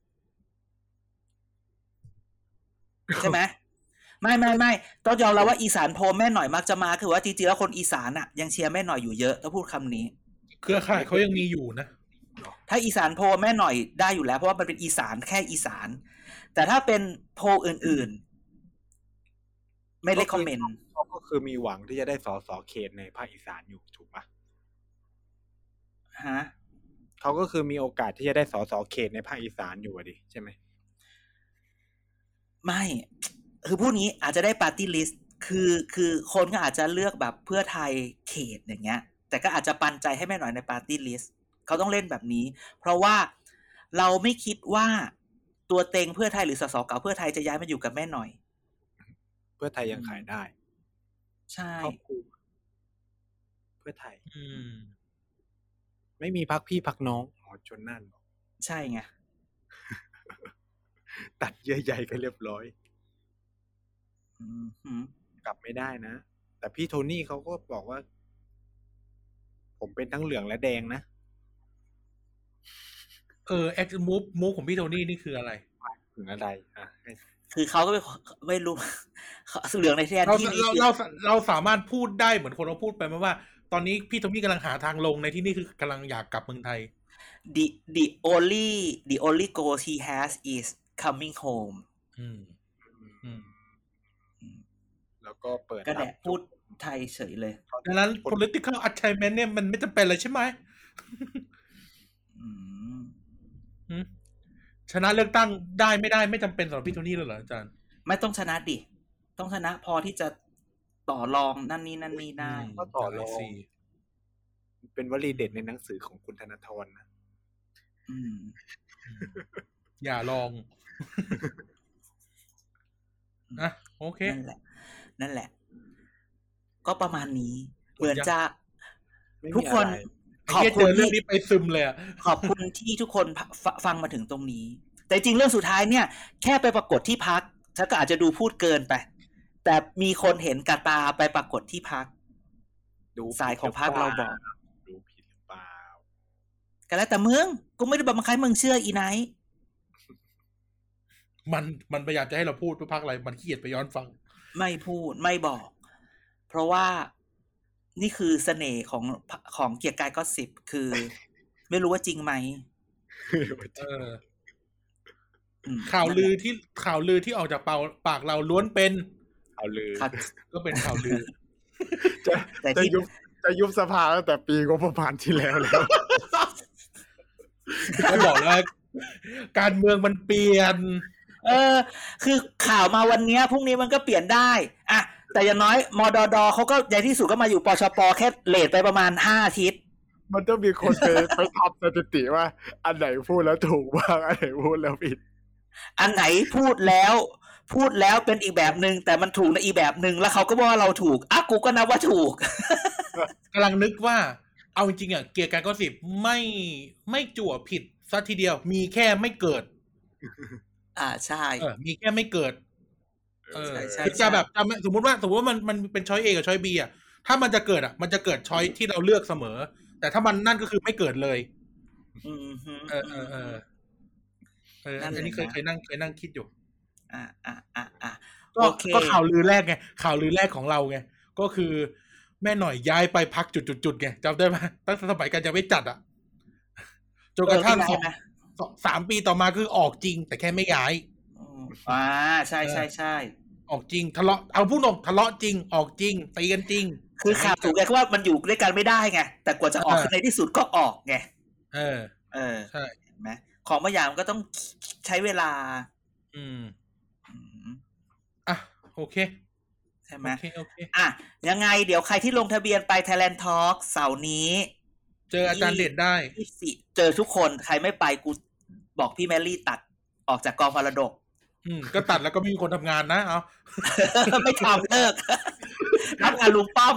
ใช่ไหมไม่ไม่ไม่ต้องยอมรับว่าอีสานโพแม่หน่อยมักจะมาคือว่าจริงๆแล้วคนอีสานอ่ะยังเชียร์แม่หน่อยอยู่เยอะต้องพูดคำนี้เครือข่ายเขายังมีอยู่นะถ้าอีสานโพแม่หน่อยได้อยู่แล้วเพราะว่ามันเป็นอีสานแค่อีสานแต่ถ้าเป็นโพอื่นๆไม่เลคคอมเมนต์เขาก็คือมีหวังที่จะได้สสเขตในภาคอีสานอยู่ถูกปะฮะเขาก็คือมีโอกาสที่จะได้สสเขตในภาคอีสานอยู่ดิใช่ไหมไม่คือพูดนี้อาจจะได้ปาร์ตี้ลิสต์คือคือคนก็อาจจะเลือกแบบเพื่อไทยเขตอย่างเงี้ยแต่ก็อาจจะปันใจให้แม่หน่อยในปาร์ตี้ลิสต์เขาต้องเล่นแบบนี้เพราะว่าเราไม่คิดว่าตัวเต็งเพื่อไทยหรือสสเก่าเพื่อไทยจะย้ายมาอยู่กับแม่หน่อยเพื่อไทยยังขายได้ใช่ครอบครัวเพื่อไทยอืมไม่มีพักพี่พักน้องอ๋อชนนั่นใช่ไงตัดเยื่อใยกันเรียบร้อยอืมกลับไม่ได้นะแต่พี่โทนี่เขาก็บอกว่าผมเป็นทั้งเหลืองและแดงนะเออแอคมูฟมูฟของพี่โทนี่นี่คืออะไรถึงอะไรอ่ะคือเขาก็ไม่ไม่รู้เหลืองในแทนที่นี้เราเราเราสามารถพูดได้เหมือนคนเราพูดไปไหมว่าตอนนี้พี่โทนี่กำลังหาทางลงในที่นี่คือกำลังอยากกลับเมืองไทย the the only the only goal he has is coming home อืมอืมแล้วก็เปิดกระแดะพูดไทยเฉยเลยดังนั้น political achievement เนี่ยมันไม่จำเป็นเลยใช่ไหมอืมชนะเลือกตั้งได้ไม่ได้ไม่จำเป็นสำหรับพี่โทนี่เลยเหรออาจารย์ไม่ต้องชนะดิต้องชนะพอที่จะต่อรองนั่นนี่นั่นนี่ได้ก็ต่อรองเป็นวลีเด็ดในหนังสือของคุณธนาธรนะอืมอย่าลองอ่ะโอเคนั่นแหละนั่นแหละก็ประมาณนี้เหมือนจะทุกคนขอบคุณเรื่องนี้ไปซึมเลยอ่ะขอบคุณที่ทุกคนฟังมาถึงตรงนี้แต่จริงเรื่องสุดท้ายเนี่ยแค่ไปปรากฏที่พักฉันก็อาจจะดูพูดเกินไปแต่มีคนเห็นกาตาไปปรากฏที่พักดูสายของพักเราบอกดูผิดหรือเปล่าก็แล้วแต่มึงกูไม่ได้บอกมาใครมึงเชื่ออีไนท์มันมันพยายามจะให้เราพูดทุกพักอะไรมันขี้เกียจไปย้อนฟังไม่พูดไม่บอกเพราะว่านี่คือเสน่ห์ของของเกียรติกายก็สิบคือไม่รู้ว่าจริงไหมเออข่าวลือที่ข่าวลือที่ออกจากปากเราล้วนเป็นข่าวลือก็เป็นข่าวลือจะจะยุบจะยุบสภาตั้งแต่ปีงบประมาณที่แล้วแล้วก็บอกแล้วการเมืองมันเปลี่ยนเออคือข่าวมาวันนี้พรุ่งนี้มันก็เปลี่ยนได้อ่ะแต่อย่างน้อยมดดเขาก็ในที่สุดก็มาอยู่ปชปแค่เลทไปประมาณห้าอาทิตย์มันต้องมีคนไปไปทำสถิติว่าอันไหนพูดแล้วถูกบ้างอันไหนพูดแล้วผิดอันไหนพูดแล้วพูดแล้วเป็นอีกแบบนึงแต่มันถูกในอีกแบบนึงแล้วเขาก็บอกว่าเราถูกอ่ะกูก็นับว่าถูกกำลังนึกว่าเอาจริงๆอ่ะเกียรติกายก็สิบไม่ไม่จั่วผิดซะทีเดียวมีแค่ไม่เกิดอ่าใช่เออมีแค่ไม่เกิดเออจะแบบจะสมมติว่าสมมติว่ามันมันเป็นช้อย A กับช้อย B อ่ะถ้ามันจะเกิดอ่ะมันจะเกิดช้อยที่เราเลือกเสมอแต่ถ้ามันนั่นก็คือไม่เกิดเลยอืมเออเออเออเอออันนี้เคยเคยนั่งเคยนั่งคิดอยู่อ่าอ่าอ่าอ่าก็ก็ข่าวลือแรกไงข่าวลือแรกของเราไงก็คือแม่หน่อยย้ายไปพักจุดๆๆไงจำได้ไหมตั้งแต่สมัยกันยังไม่จัดอ่ะจนกระทั่งสามปีต่อมาคือออกจริงแต่แค่ไม่ย้ายอ่าใช่ใช่ใช่ออกจริงทะเลาะเอาพูดตรงทะเลาะจริงออกจริงตีกันจริงคือข่าวถูกไงคือว่ามันอยู่ด้วยกันไม่ได้ไงแต่กว่าจะออกในที่สุดก็ออกไงเออเออใช่เห็นไหมของบางอย่างก็ต้องใช้เวลาอืมอ่ะโอเคใช่ไหมโอเคโอเคอ่ะยังไงเดี๋ยวใครที่ลงทะเบียนไป Thailand Talk เสาร์นี้เจออาจารย์เด็ดได้เจอทุกคนใครไม่ไปกูบอกพี่แมรี่ตัดออกจากกองพลดกอืมก็ตัดแล้วก็ไม่มีคนทำงานนะเอาไม่ทำเลิกรับงานลุงป้อม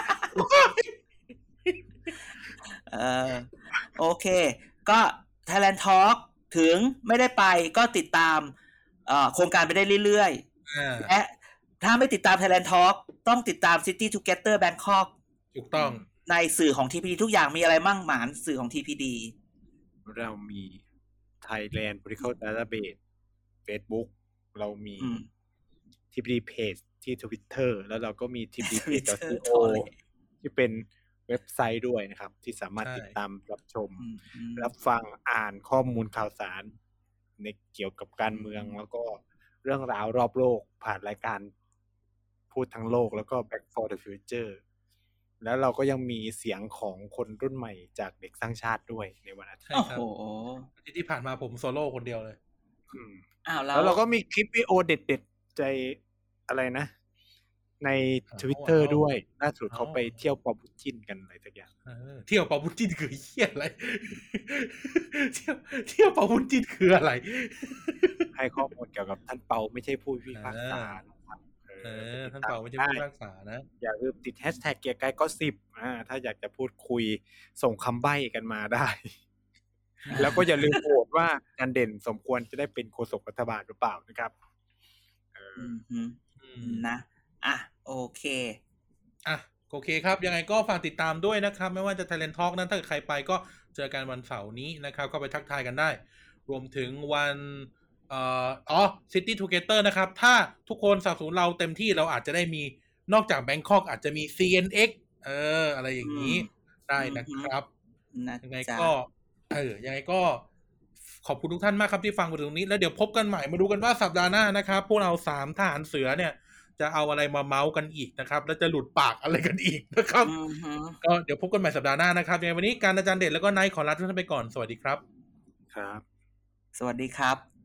เออโอเคก็ Thailand Talk ถึงไม่ได้ไปก็ติดตามโครงการไปได้เรื่อยๆและถ้าไม่ติดตาม Thailand Talk ต้องติดตาม City Together Bangkok ถูกต้องในสื่อของ ที พี ดี ทุกอย่างมีอะไรมั่งหมานสื่อของ ที พี ดีเรามี Thailand Political Database Facebook เรามี ที พี ดี Page ที่ Twitter แล้วเราก็มี ที พี ดี Page ดอท ซี โอ ที่เป็นเว็บไซต์ด้วยนะครับที่สามารถติดตามรับชมรับฟังอ่านข้อมูลข่าวสารในเกี่ยวกับการเมืองแล้วก็เรื่องราวรอบโลกผ่านรายการพูดทั้งโลกแล้วก็ Back for the Future แล้วเราก็ยังมีเสียงของคนรุ่นใหม่จากเด็กสร้างชาติด้วยในวันอาทิตย์ครับโอ้โหอาทิตย์ที่ผ่านมาผมโซโล่คนเดียวเลยอ้าวแล้วเราก็มีคลิปวิดีโอเด็ดๆใจอะไรนะใน Twitter ด้วยล่าสุดเขาไปเที่ยวปอบุจินกันอะไรสักอย่างเที่ยวปอบุจินคือเหี้ยอะไรเที่ยวเที่ยวปอบุจินคืออะไรให้ข้อมูลเกี่ยวกับท่านเปาไม่ใช่ผู้พิพากษาเออท่านเปาไม่ใช่ผู้พิพากษานะอย่าลืมติดแฮชแท็กเกียร์กายก็สิบอ่าถ้าอยากจะพูดคุยส่งคำใบ้กันมาได้แล้วก็อย่าลืมโหวตว่าอาจารย์เด่นสมควรจะได้เป็นโฆษกรัฐบาลหรือเปล่านะครับเออนะอ่ะโอเคอ่ะโอเคครับยังไงก็ฝากติดตามด้วยนะครับไม่ว่าจะ Thailand Talk นั้นถ้าใครไปก็เจอกันวันเสาร์นี้นะครับก็ไปทักทายกันได้รวมถึงวันเอ่ออ๋อ City Together นะครับถ้าทุกคนสนับสนุนเราเต็มที่เราอาจจะได้มีนอกจาก Bangkok อาจจะมี ซี เอ็น เอ็กซ์ เอออะไรอย่างนี้ได้นะครับยังไงก็เออยังไงก็ขอบคุณทุกท่านมากครับที่ฟังมาถึงตรงนี้แล้วเดี๋ยวพบกันใหม่มาดูกันว่าสัปดาห์หน้านะครับพวกเราสามทหารเสือเนี่ยจะเอาอะไรมาเมาส์กันอีกนะครับแล้วจะหลุดปากอะไรกันอีกนะครับก็เดี๋ยวพบกันใหม่สัปดาห์หน้านะครับยังไงวันนี้การอาจารย์เด็ดแล้วก็นายขอลาทุกท่านไปก่อนสวัสดีครับครับสวัสดีครับ